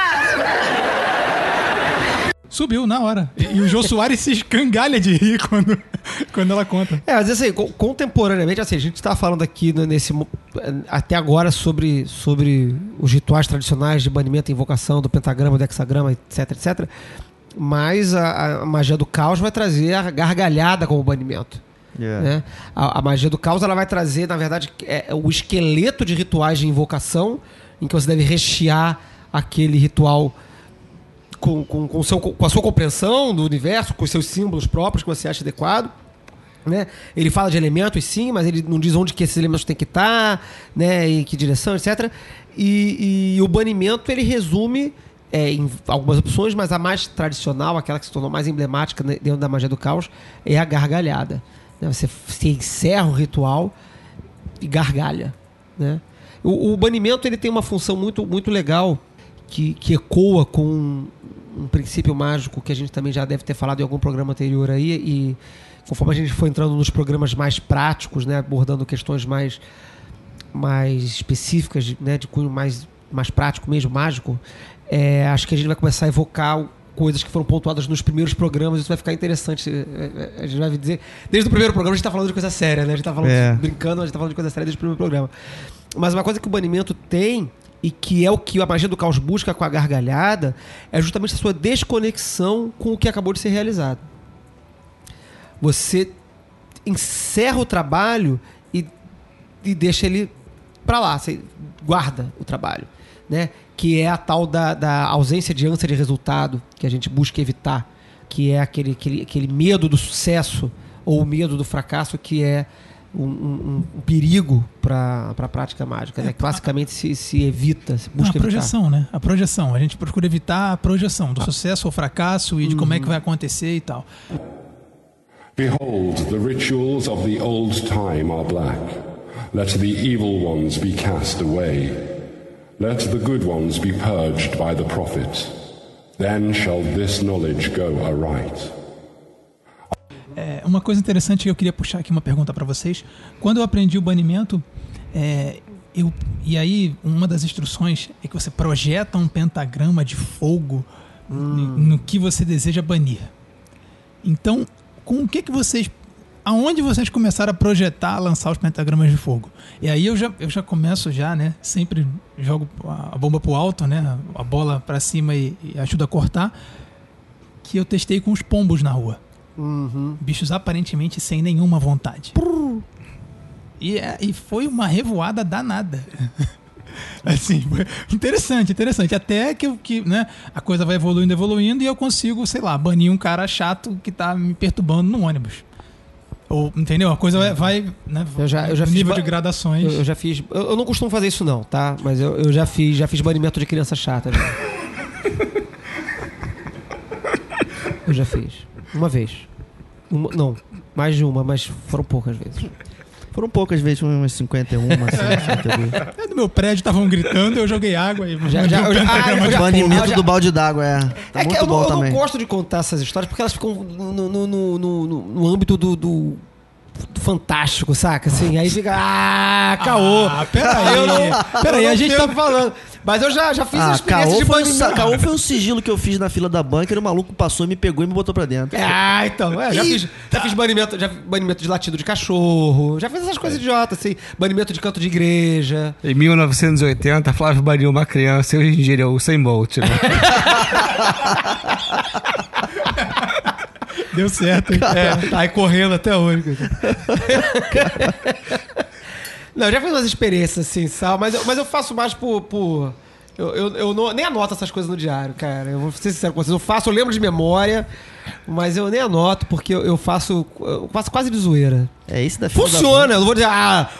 S4: Subiu na hora. E o Jô Soares se escangalha de rir quando ela conta.
S2: Mas assim, contemporaneamente, assim, a gente tá falando aqui até agora sobre os rituais tradicionais de banimento e invocação do pentagrama, do hexagrama, etc. Mas a magia do caos vai trazer a gargalhada como banimento. Né? A magia do caos ela vai trazer, na verdade, o esqueleto de rituais de invocação em que você deve rechear aquele ritual com a sua compreensão do universo, com os seus símbolos próprios que você acha adequado. Né? Ele fala de elementos, sim, mas ele não diz onde que esses elementos têm que estar, né? Em que direção, etc. E o banimento ele resume em algumas opções, mas a mais tradicional, aquela que se tornou mais emblemática dentro da magia do caos, é a gargalhada. Né? Você encerra o ritual e gargalha. Né? O banimento ele tem uma função muito, muito legal que ecoa com um princípio mágico que a gente também já deve ter falado em algum programa anterior aí, e conforme a gente foi entrando nos programas mais práticos, né, abordando questões mais específicas, né, de cunho mais prático mesmo, mágico, acho que a gente vai começar a evocar coisas que foram pontuadas nos primeiros programas. Isso vai ficar interessante. A gente vai dizer, desde o primeiro programa a gente está falando de coisa séria, né? A gente está falando brincando, a gente está falando de coisa séria desde o primeiro programa. Mas uma coisa que o banimento tem, e que é o que a magia do caos busca com a gargalhada, é justamente a sua desconexão com o que acabou de ser realizado. Você encerra o trabalho e deixa ele para lá, você guarda o trabalho, né? Que é a tal da ausência de ânsia de resultado que a gente busca evitar, que é aquele medo do sucesso ou o medo do fracasso, que é um perigo pra prática mágica, né? Classicamente se evita, se
S4: Não,
S2: busca
S4: a projeção,
S2: evitar.
S4: né? A projeção. A gente procura evitar a projeção do sucesso ou fracasso e de como é que vai acontecer e tal.
S9: Behold, the rituals of the old time are black. Let the evil ones be cast away. Let the good ones be purged by the prophet. Then shall this knowledge go aright.
S4: Uma coisa interessante que eu queria puxar aqui uma pergunta para vocês. Quando eu aprendi o banimento, e aí uma das instruções é que você projeta um pentagrama de fogo no que você deseja banir. Então, com o que vocês... Aonde vocês começaram a projetar, a lançar os pentagramas de fogo? E aí eu já começo né? Sempre jogo a bomba pro alto, né? A bola para cima e ajuda a cortar. Que eu testei com os pombos na rua. Bichos aparentemente sem nenhuma vontade. E foi uma revoada danada. Assim, foi interessante. Até que né, a coisa vai evoluindo e eu consigo, sei lá, banir um cara chato que tá me perturbando no ônibus. Ou, entendeu? A coisa vai né,
S2: eu já
S4: nível
S2: fiz
S4: de gradações.
S2: Eu já fiz. Eu não costumo fazer isso, não, tá? Mas eu já fiz banimento de criança chata. Eu já fiz. Uma vez. Não, mais de uma, mas foram poucas vezes.
S5: Foram poucas vezes, umas 51, 52.
S4: No meu prédio estavam gritando, eu joguei água e
S5: banimento do balde d'água, Tá muito
S2: que
S5: bom
S2: eu
S5: também.
S2: não gosto de contar essas histórias porque elas ficam no âmbito do fantástico, saca? Assim, aí fica, caô.
S4: Peraí, a gente tá
S2: falando. Mas eu já fiz a experiência de banimento.
S5: Caô foi um sigilo que eu fiz na fila da banca e o maluco passou, me pegou e me botou pra dentro.
S2: Então, já fiz banimento de latido de cachorro, já fiz essas coisas idiotas, assim, banimento de canto de igreja.
S3: Em 1980, Flávio baniu uma criança e hoje em dia ele é o Usain Bolt, né?
S4: Deu certo, hein?
S2: Tá aí correndo até hoje. Não, eu já fiz umas experiências assim, mas eu faço mais por eu não, nem anoto essas coisas no diário, cara. Eu vou ser sincero com vocês. Eu lembro de memória, mas eu nem anoto porque eu faço quase de zoeira.
S5: Isso da
S2: funciona, eu não vou dizer,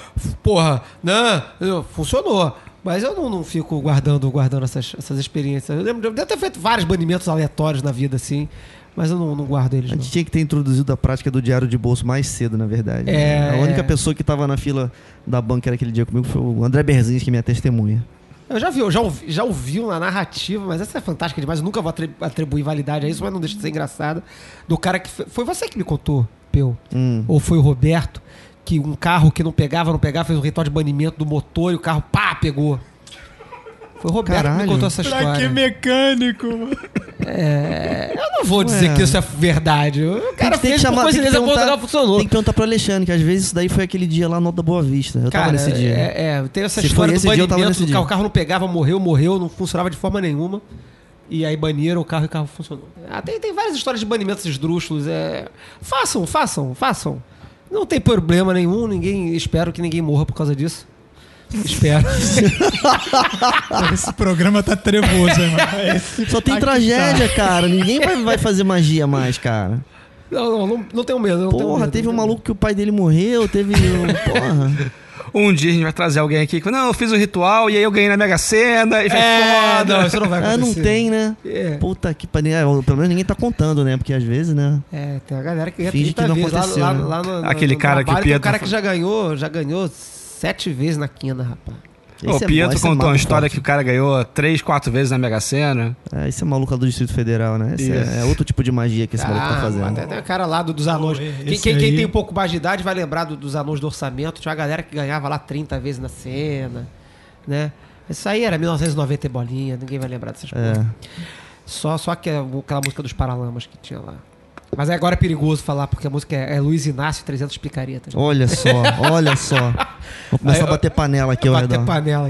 S2: funcionou. Mas eu não fico guardando essas experiências. Eu lembro de eu ter feito vários banimentos aleatórios na vida, assim. Mas eu não guardo eles.
S5: A gente tinha que ter introduzido a prática do diário de bolso mais cedo, na verdade. A única pessoa que estava na fila da banca naquele dia comigo foi o André Berzinski, minha testemunha.
S2: Eu já ouvi uma narrativa, mas essa é fantástica demais. Eu nunca vou atribuir validade a isso, mas não deixa de ser engraçado. Do cara que... Foi você que me contou, Peu? Ou foi o Roberto? Que um carro que não pegava, fez um ritual de banimento do motor e o carro, pegou. Foi o Roberto que me contou essa história.
S4: Pra que mecânico?
S2: Eu não vou dizer que isso é verdade. O cara fez por coincidência, funcionou.
S5: Tem que perguntar pro Alexandre, que às vezes isso daí foi aquele dia lá no Alto da Boa Vista. Eu tava nesse dia.
S2: Tem essa história do banimento, o carro não pegava, morreu, não funcionava de forma nenhuma. E aí baniram o carro e o carro funcionou. Tem várias histórias de banimentos esdrúxulos. Façam. Não tem problema nenhum, espero que ninguém morra por causa disso. Espero.
S4: Esse programa tá trevoso, hein, mano?
S5: Só tem tragédia, cara. Ninguém vai fazer magia mais, cara.
S2: Não tenho medo.
S5: Teve um maluco que o pai dele morreu, Porra.
S3: Um dia a gente vai trazer alguém aqui que eu fiz o ritual e aí eu ganhei na Mega Sena e foi foda.
S2: Não, isso não vai acontecer.
S5: Não tem, né? Puta que pariu. Pelo menos ninguém tá contando, né? Porque às vezes, né?
S2: Tem a galera que
S5: finge que não aconteceu.
S2: Lá
S3: aquele cara que o Pietro...
S2: Tem um cara que já ganhou 7 vezes na quina, rapaz.
S3: O Pietro contou uma história que o cara ganhou 3, 4 vezes na Mega Sena.
S5: Esse é maluco do Distrito Federal, né? Esse é outro tipo de magia que esse maluco tá fazendo.
S2: Tem o cara lá dos anões. Quem tem um pouco mais de idade vai lembrar dos anões do orçamento. Tinha uma galera que ganhava lá 30 vezes na cena, né? Isso aí era 1990 e bolinha, ninguém vai lembrar dessas coisas. Só aquela música dos Paralamas que tinha lá. Mas agora é perigoso falar, porque a música é Luiz Inácio 300 Picaretas.
S5: Olha só. Vou começar a bater panela aqui ao redor.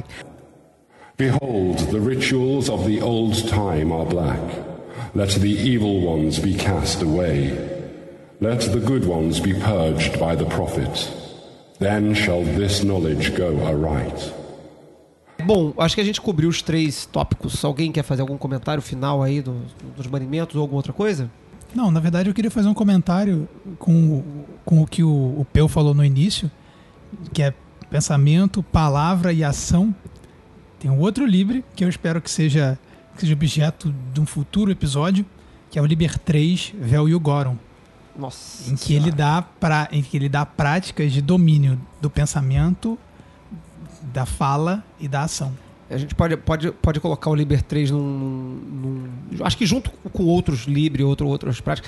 S9: Behold, the rituals of the old time are black. Let the evil ones be cast away. Let the good ones be purged by the prophet. Then shall this knowledge go aright.
S2: Bom, acho que a gente cobriu os 3 tópicos. Alguém quer fazer algum comentário final aí dos banimentos ou alguma outra coisa?
S4: Não, na verdade eu queria fazer um comentário com o que o Peu falou no início, que é pensamento, palavra e ação. Tem um outro Libre que eu espero que seja objeto de um futuro episódio, que é o Liber 3, Vel e o Goron.
S2: Nossa.
S4: Em que ele dá práticas de domínio do pensamento, da fala e da ação.
S2: A gente pode colocar o Liber 3 acho que junto com outros Libre, outras práticas.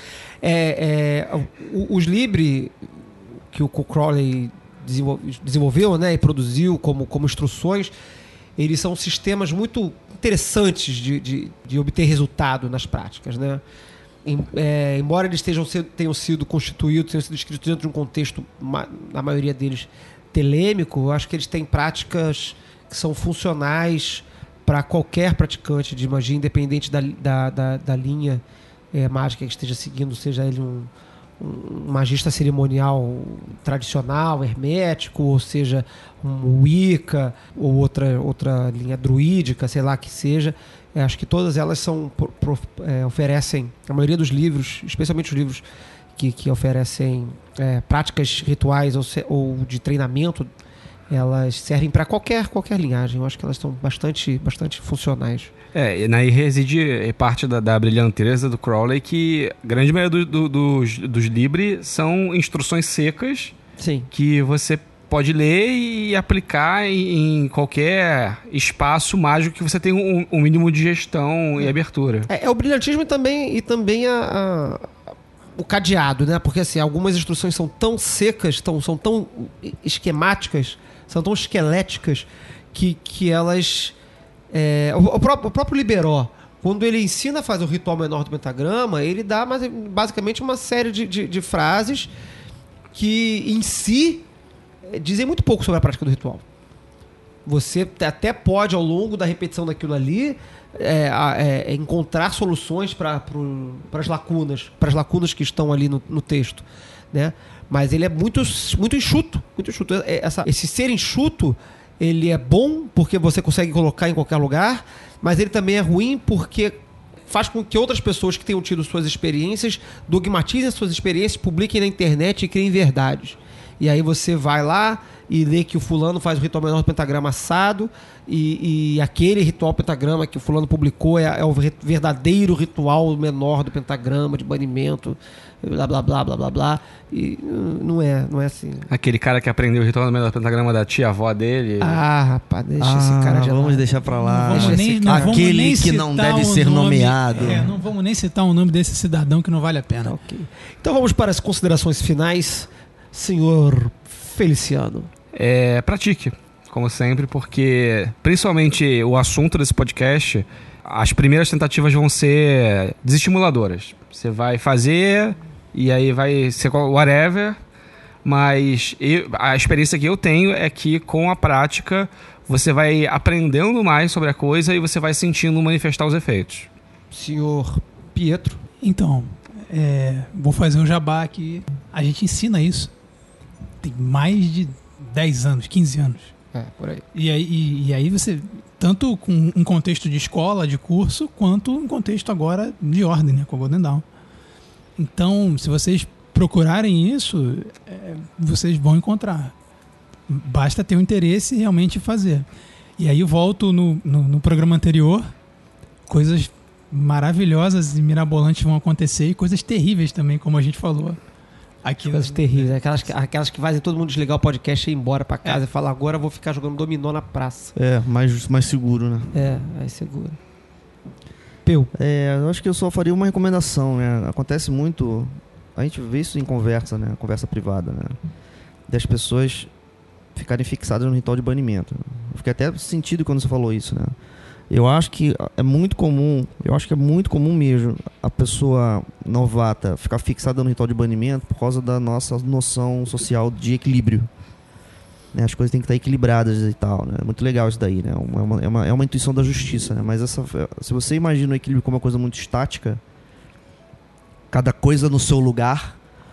S2: Os Libre que o Crowley desenvolveu, né, e produziu como instruções, eles são sistemas muito interessantes de obter resultado nas práticas, né? Embora eles tenham sido constituídos, tenham sido escritos dentro de um contexto, na maioria deles, telêmico, eu acho que eles têm práticas que são funcionais para qualquer praticante de magia, independente da linha mágica que esteja seguindo, seja ele um magista cerimonial tradicional, hermético, ou seja, um Wicca, ou outra linha druídica, sei lá que seja. Acho que todas elas oferecem, a maioria dos livros, especialmente os livros que oferecem práticas rituais ou de treinamento, elas servem para qualquer linhagem. Eu acho que elas são bastante funcionais.
S3: E aí reside parte da brilhanteira do Crowley, que a grande maioria dos Libre são instruções secas.
S2: Sim. Que
S3: você pode ler e aplicar em qualquer espaço mágico que você tenha um mínimo de gestão e abertura.
S2: É o brilhantismo e também o cadeado, né? Porque assim, algumas instruções são tão secas, são tão esquemáticas, são tão esqueléticas que elas... O próprio Liberó, quando ele ensina a fazer o ritual menor do pentagrama, ele dá basicamente uma série de frases que em si dizem muito pouco sobre a prática do ritual. Você até pode, ao longo da repetição daquilo ali, encontrar soluções para as lacunas que estão ali no texto, né? Mas ele é muito enxuto, muito enxuto. Esse ser enxuto, ele é bom porque você consegue colocar em qualquer lugar, mas ele também é ruim porque faz com que outras pessoas que tenham tido suas experiências dogmatizem suas experiências, publiquem na internet e criem verdades. E aí você vai lá e lê que o fulano faz o ritual menor do pentagrama assado e aquele ritual pentagrama que o fulano publicou é o verdadeiro ritual menor do pentagrama de banimento, blá blá blá blá blá blá. E não é assim.
S3: Aquele cara que aprendeu o ritual menor do pentagrama da tia-avó dele.
S2: Rapaz, deixa esse cara de
S5: vamos
S2: lado.
S5: deixar pra lá.
S4: Aquele
S5: que não deve ser nomeado.
S4: Não vamos nem citar o nome desse cidadão que não vale a pena.
S2: Okay. Então vamos para as considerações finais, senhor Feliciano.
S3: Pratique, como sempre, porque principalmente o assunto desse podcast, as primeiras tentativas vão ser desestimuladoras. Você vai fazer e aí vai ser whatever, mas a experiência que eu tenho é que com a prática você vai aprendendo mais sobre a coisa e você vai sentindo manifestar os efeitos.
S2: Senhor Pietro.
S4: Então, vou fazer um jabá aqui. A gente ensina isso. Tem mais de 10 anos, 15 anos.
S2: Por aí.
S4: E aí você, tanto com um contexto de escola, de curso, quanto um contexto agora de ordem, né, com o Golden Dawn. Então, se vocês procurarem isso, vocês vão encontrar. Basta ter o interesse e realmente fazer. E aí eu volto no programa anterior, coisas maravilhosas e mirabolantes vão acontecer e coisas terríveis também, como a gente falou.
S2: Coisas terríveis, aquelas que fazem todo mundo desligar o podcast e ir embora pra casa e falar, agora eu vou ficar jogando dominó na praça.
S5: Mais seguro, né?
S2: Mais seguro. Peu.
S5: Eu acho que eu só faria uma recomendação, né? Acontece muito, a gente vê isso em conversa, né? Conversa privada, né? Das pessoas ficarem fixadas no ritual de banimento. Eu fiquei até sentido quando você falou isso, né? Eu acho que é muito comum mesmo a pessoa novata ficar fixada no ritual de banimento por causa da nossa noção social de equilíbrio. Né? As coisas têm que estar equilibradas e tal, né? É muito legal isso daí, né? É uma intuição da justiça, né? Mas se você imagina o equilíbrio como uma coisa muito estática, cada coisa no seu lugar,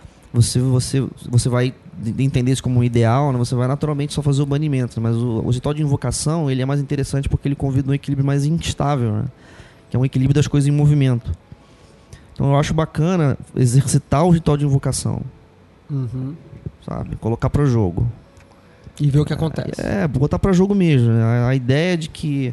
S5: você vai entender isso como um ideal, né? Você vai naturalmente só fazer o banimento, mas o ritual de invocação ele é mais interessante porque ele convida um equilíbrio mais instável, né? Que é um equilíbrio das coisas em movimento. Então eu acho bacana exercitar o ritual de invocação, sabe? Colocar para o jogo.
S2: E ver o que acontece.
S5: Botar pra jogo mesmo. A ideia de que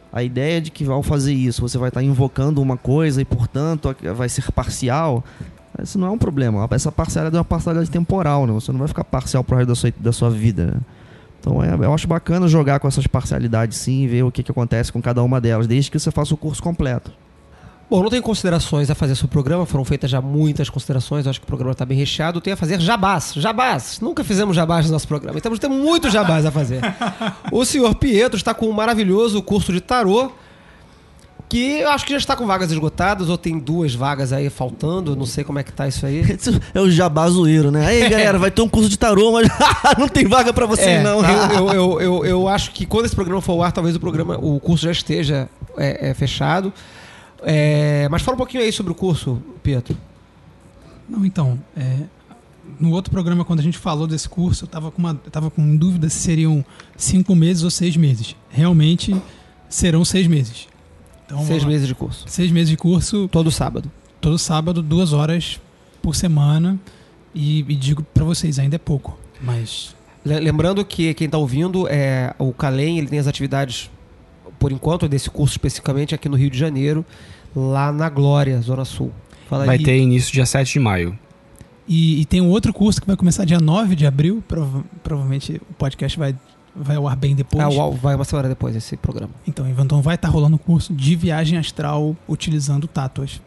S5: ao fazer isso você vai estar invocando uma coisa e, portanto, vai ser parcial, isso não é um problema. Essa parcialidade é uma parcialidade temporal, né? Você não vai ficar parcial pro resto da sua vida, né? Então eu acho bacana jogar com essas parcialidades sim e ver o que acontece com cada uma delas, desde que você faça o curso completo.
S2: Bom, não tenho considerações a fazer sobre o programa, foram feitas já muitas considerações, eu acho que o programa está bem recheado. Tenho a fazer jabás, nunca fizemos jabás no nosso programa, então temos muitos jabás a fazer. O senhor Pietro está com um maravilhoso curso de tarô, que eu acho que já está com vagas esgotadas, ou tem 2 vagas aí faltando, não sei como é que tá isso aí.
S5: É o jabá zoeiro, né? Aí, galera, vai ter um curso de tarô, mas não tem vaga pra você, não.
S2: Eu acho que quando esse programa for ao ar, talvez o curso já esteja fechado. Mas fala um pouquinho aí sobre o curso, Pietro.
S4: Não, então, no outro programa, quando a gente falou desse curso, eu tava com dúvida se seriam 5 meses ou 6 meses. Realmente serão 6 meses. Então,
S2: 6 meses de curso.
S4: 6 meses de curso.
S2: Todo sábado.
S4: Todo sábado, 2 horas por semana. E digo pra vocês, ainda é pouco. Mas...
S2: Lembrando que quem tá ouvindo, o Calem, ele tem as atividades, por enquanto, desse curso especificamente aqui no Rio de Janeiro, lá na Glória, Zona Sul. Fala
S3: vai
S2: aí.
S3: ter início dia 7 de maio.
S4: E tem um outro curso que vai começar dia 9 de abril. Provavelmente o podcast vai ao ar bem depois.
S2: Vai uma semana depois esse programa.
S4: Então vai estar rolando um curso de viagem astral utilizando tátuas.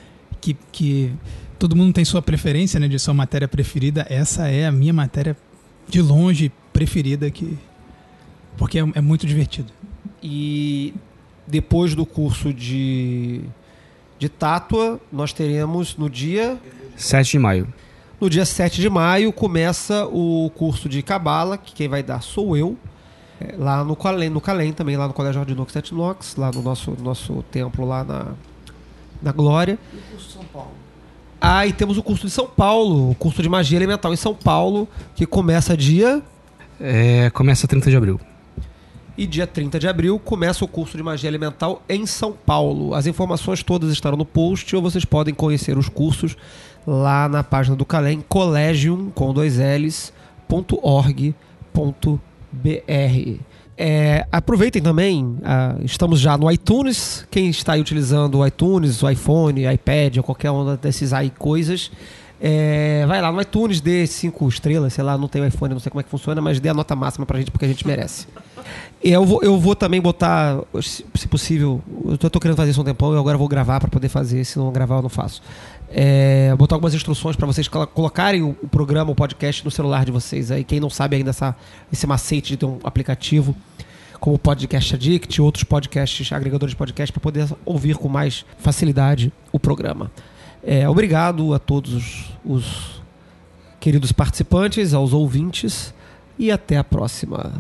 S4: Que todo mundo tem sua preferência, né, de sua matéria preferida. Essa é a minha matéria de longe preferida, porque é muito divertido.
S2: E depois do curso de tátua, nós teremos no dia...
S3: 7 de maio.
S2: No dia 7 de maio começa o curso de Cabala, que quem vai dar sou eu, lá no Calem também, lá no Colégio Ordinox et Nox, lá no nosso templo lá na Glória.
S5: E o curso de São Paulo?
S2: E temos o curso de São Paulo, o curso de Magia Elemental em São Paulo, que começa dia...
S3: Começa 30 de abril.
S2: E dia 30 de abril começa o curso de Magia Elemental em São Paulo. As informações todas estarão no post, ou vocês podem conhecer os cursos lá na página do Calem, collegium, com 2 L's, .org.br. Aproveitem também, estamos já no iTunes. Quem está aí utilizando o iTunes, o iPhone, iPad ou qualquer uma desses aí coisas, vai lá no iTunes, dê 5 estrelas, sei lá, não tem o iPhone, não sei como é que funciona, mas dê a nota máxima pra gente, porque a gente merece. Eu vou também botar, se possível, eu tô querendo fazer isso há um tempão e agora eu vou gravar pra poder fazer, se não gravar eu não faço. Botar algumas instruções pra vocês colocarem o programa, o podcast no celular de vocês aí. Quem não sabe ainda esse macete de ter um aplicativo como o Podcast Addict e outros podcasts, agregadores de podcast, para poder ouvir com mais facilidade o programa. Obrigado a todos os queridos participantes, aos ouvintes, e até a próxima.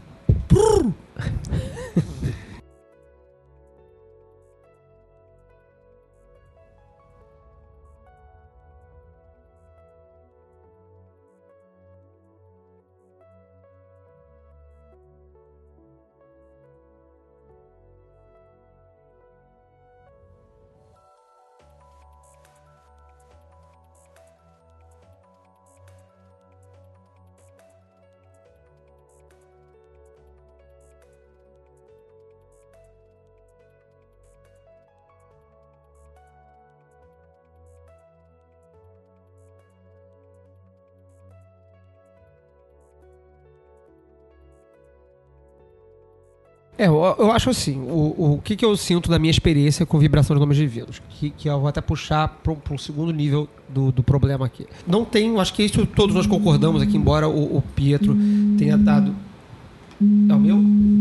S2: Eu acho assim, o que eu sinto da minha experiência com vibração de nomes divinos, que eu vou até puxar para um segundo nível do problema aqui. Não tem, acho que isso todos nós concordamos aqui, embora o Pietro tenha dado... É o meu?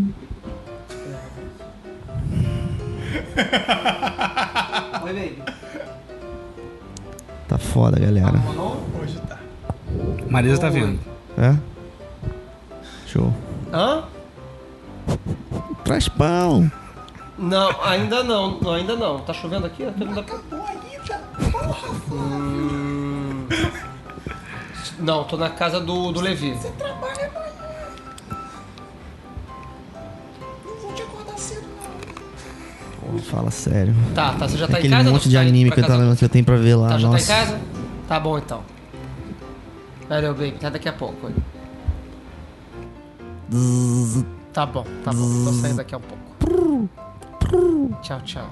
S2: Oi, baby.
S5: Tá foda, galera.
S4: Hoje tá.
S3: Marisa tá vindo.
S5: Show.
S2: Hã?
S5: Traz pão.
S2: Não, ainda não. Tá chovendo aqui?
S4: Acabou ainda.
S2: Não, tô na casa do Levi.
S4: Você trabalha amanhã. Não vou te acordar cedo, não.
S5: Fala sério.
S2: Tá, você já tá
S5: aquele
S2: em casa?
S5: monte de anime que eu tenho pra ver lá.
S2: Tá, já
S5: nossa.
S2: tá em casa? Tá bom então. Valeu, baby. Até daqui a pouco. Tá bom. Tô saindo daqui a um pouco. Tchau.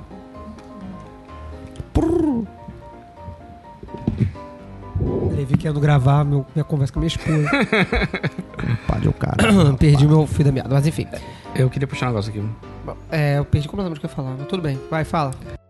S2: Levi querendo gravar minha conversa com a minha esposa.
S5: Padre, o cara.
S2: Perdi meu fio da meada, mas enfim.
S3: Eu queria puxar um negócio aqui.
S2: Eu perdi completamente o que eu ia falar, mas tudo bem. Vai, fala.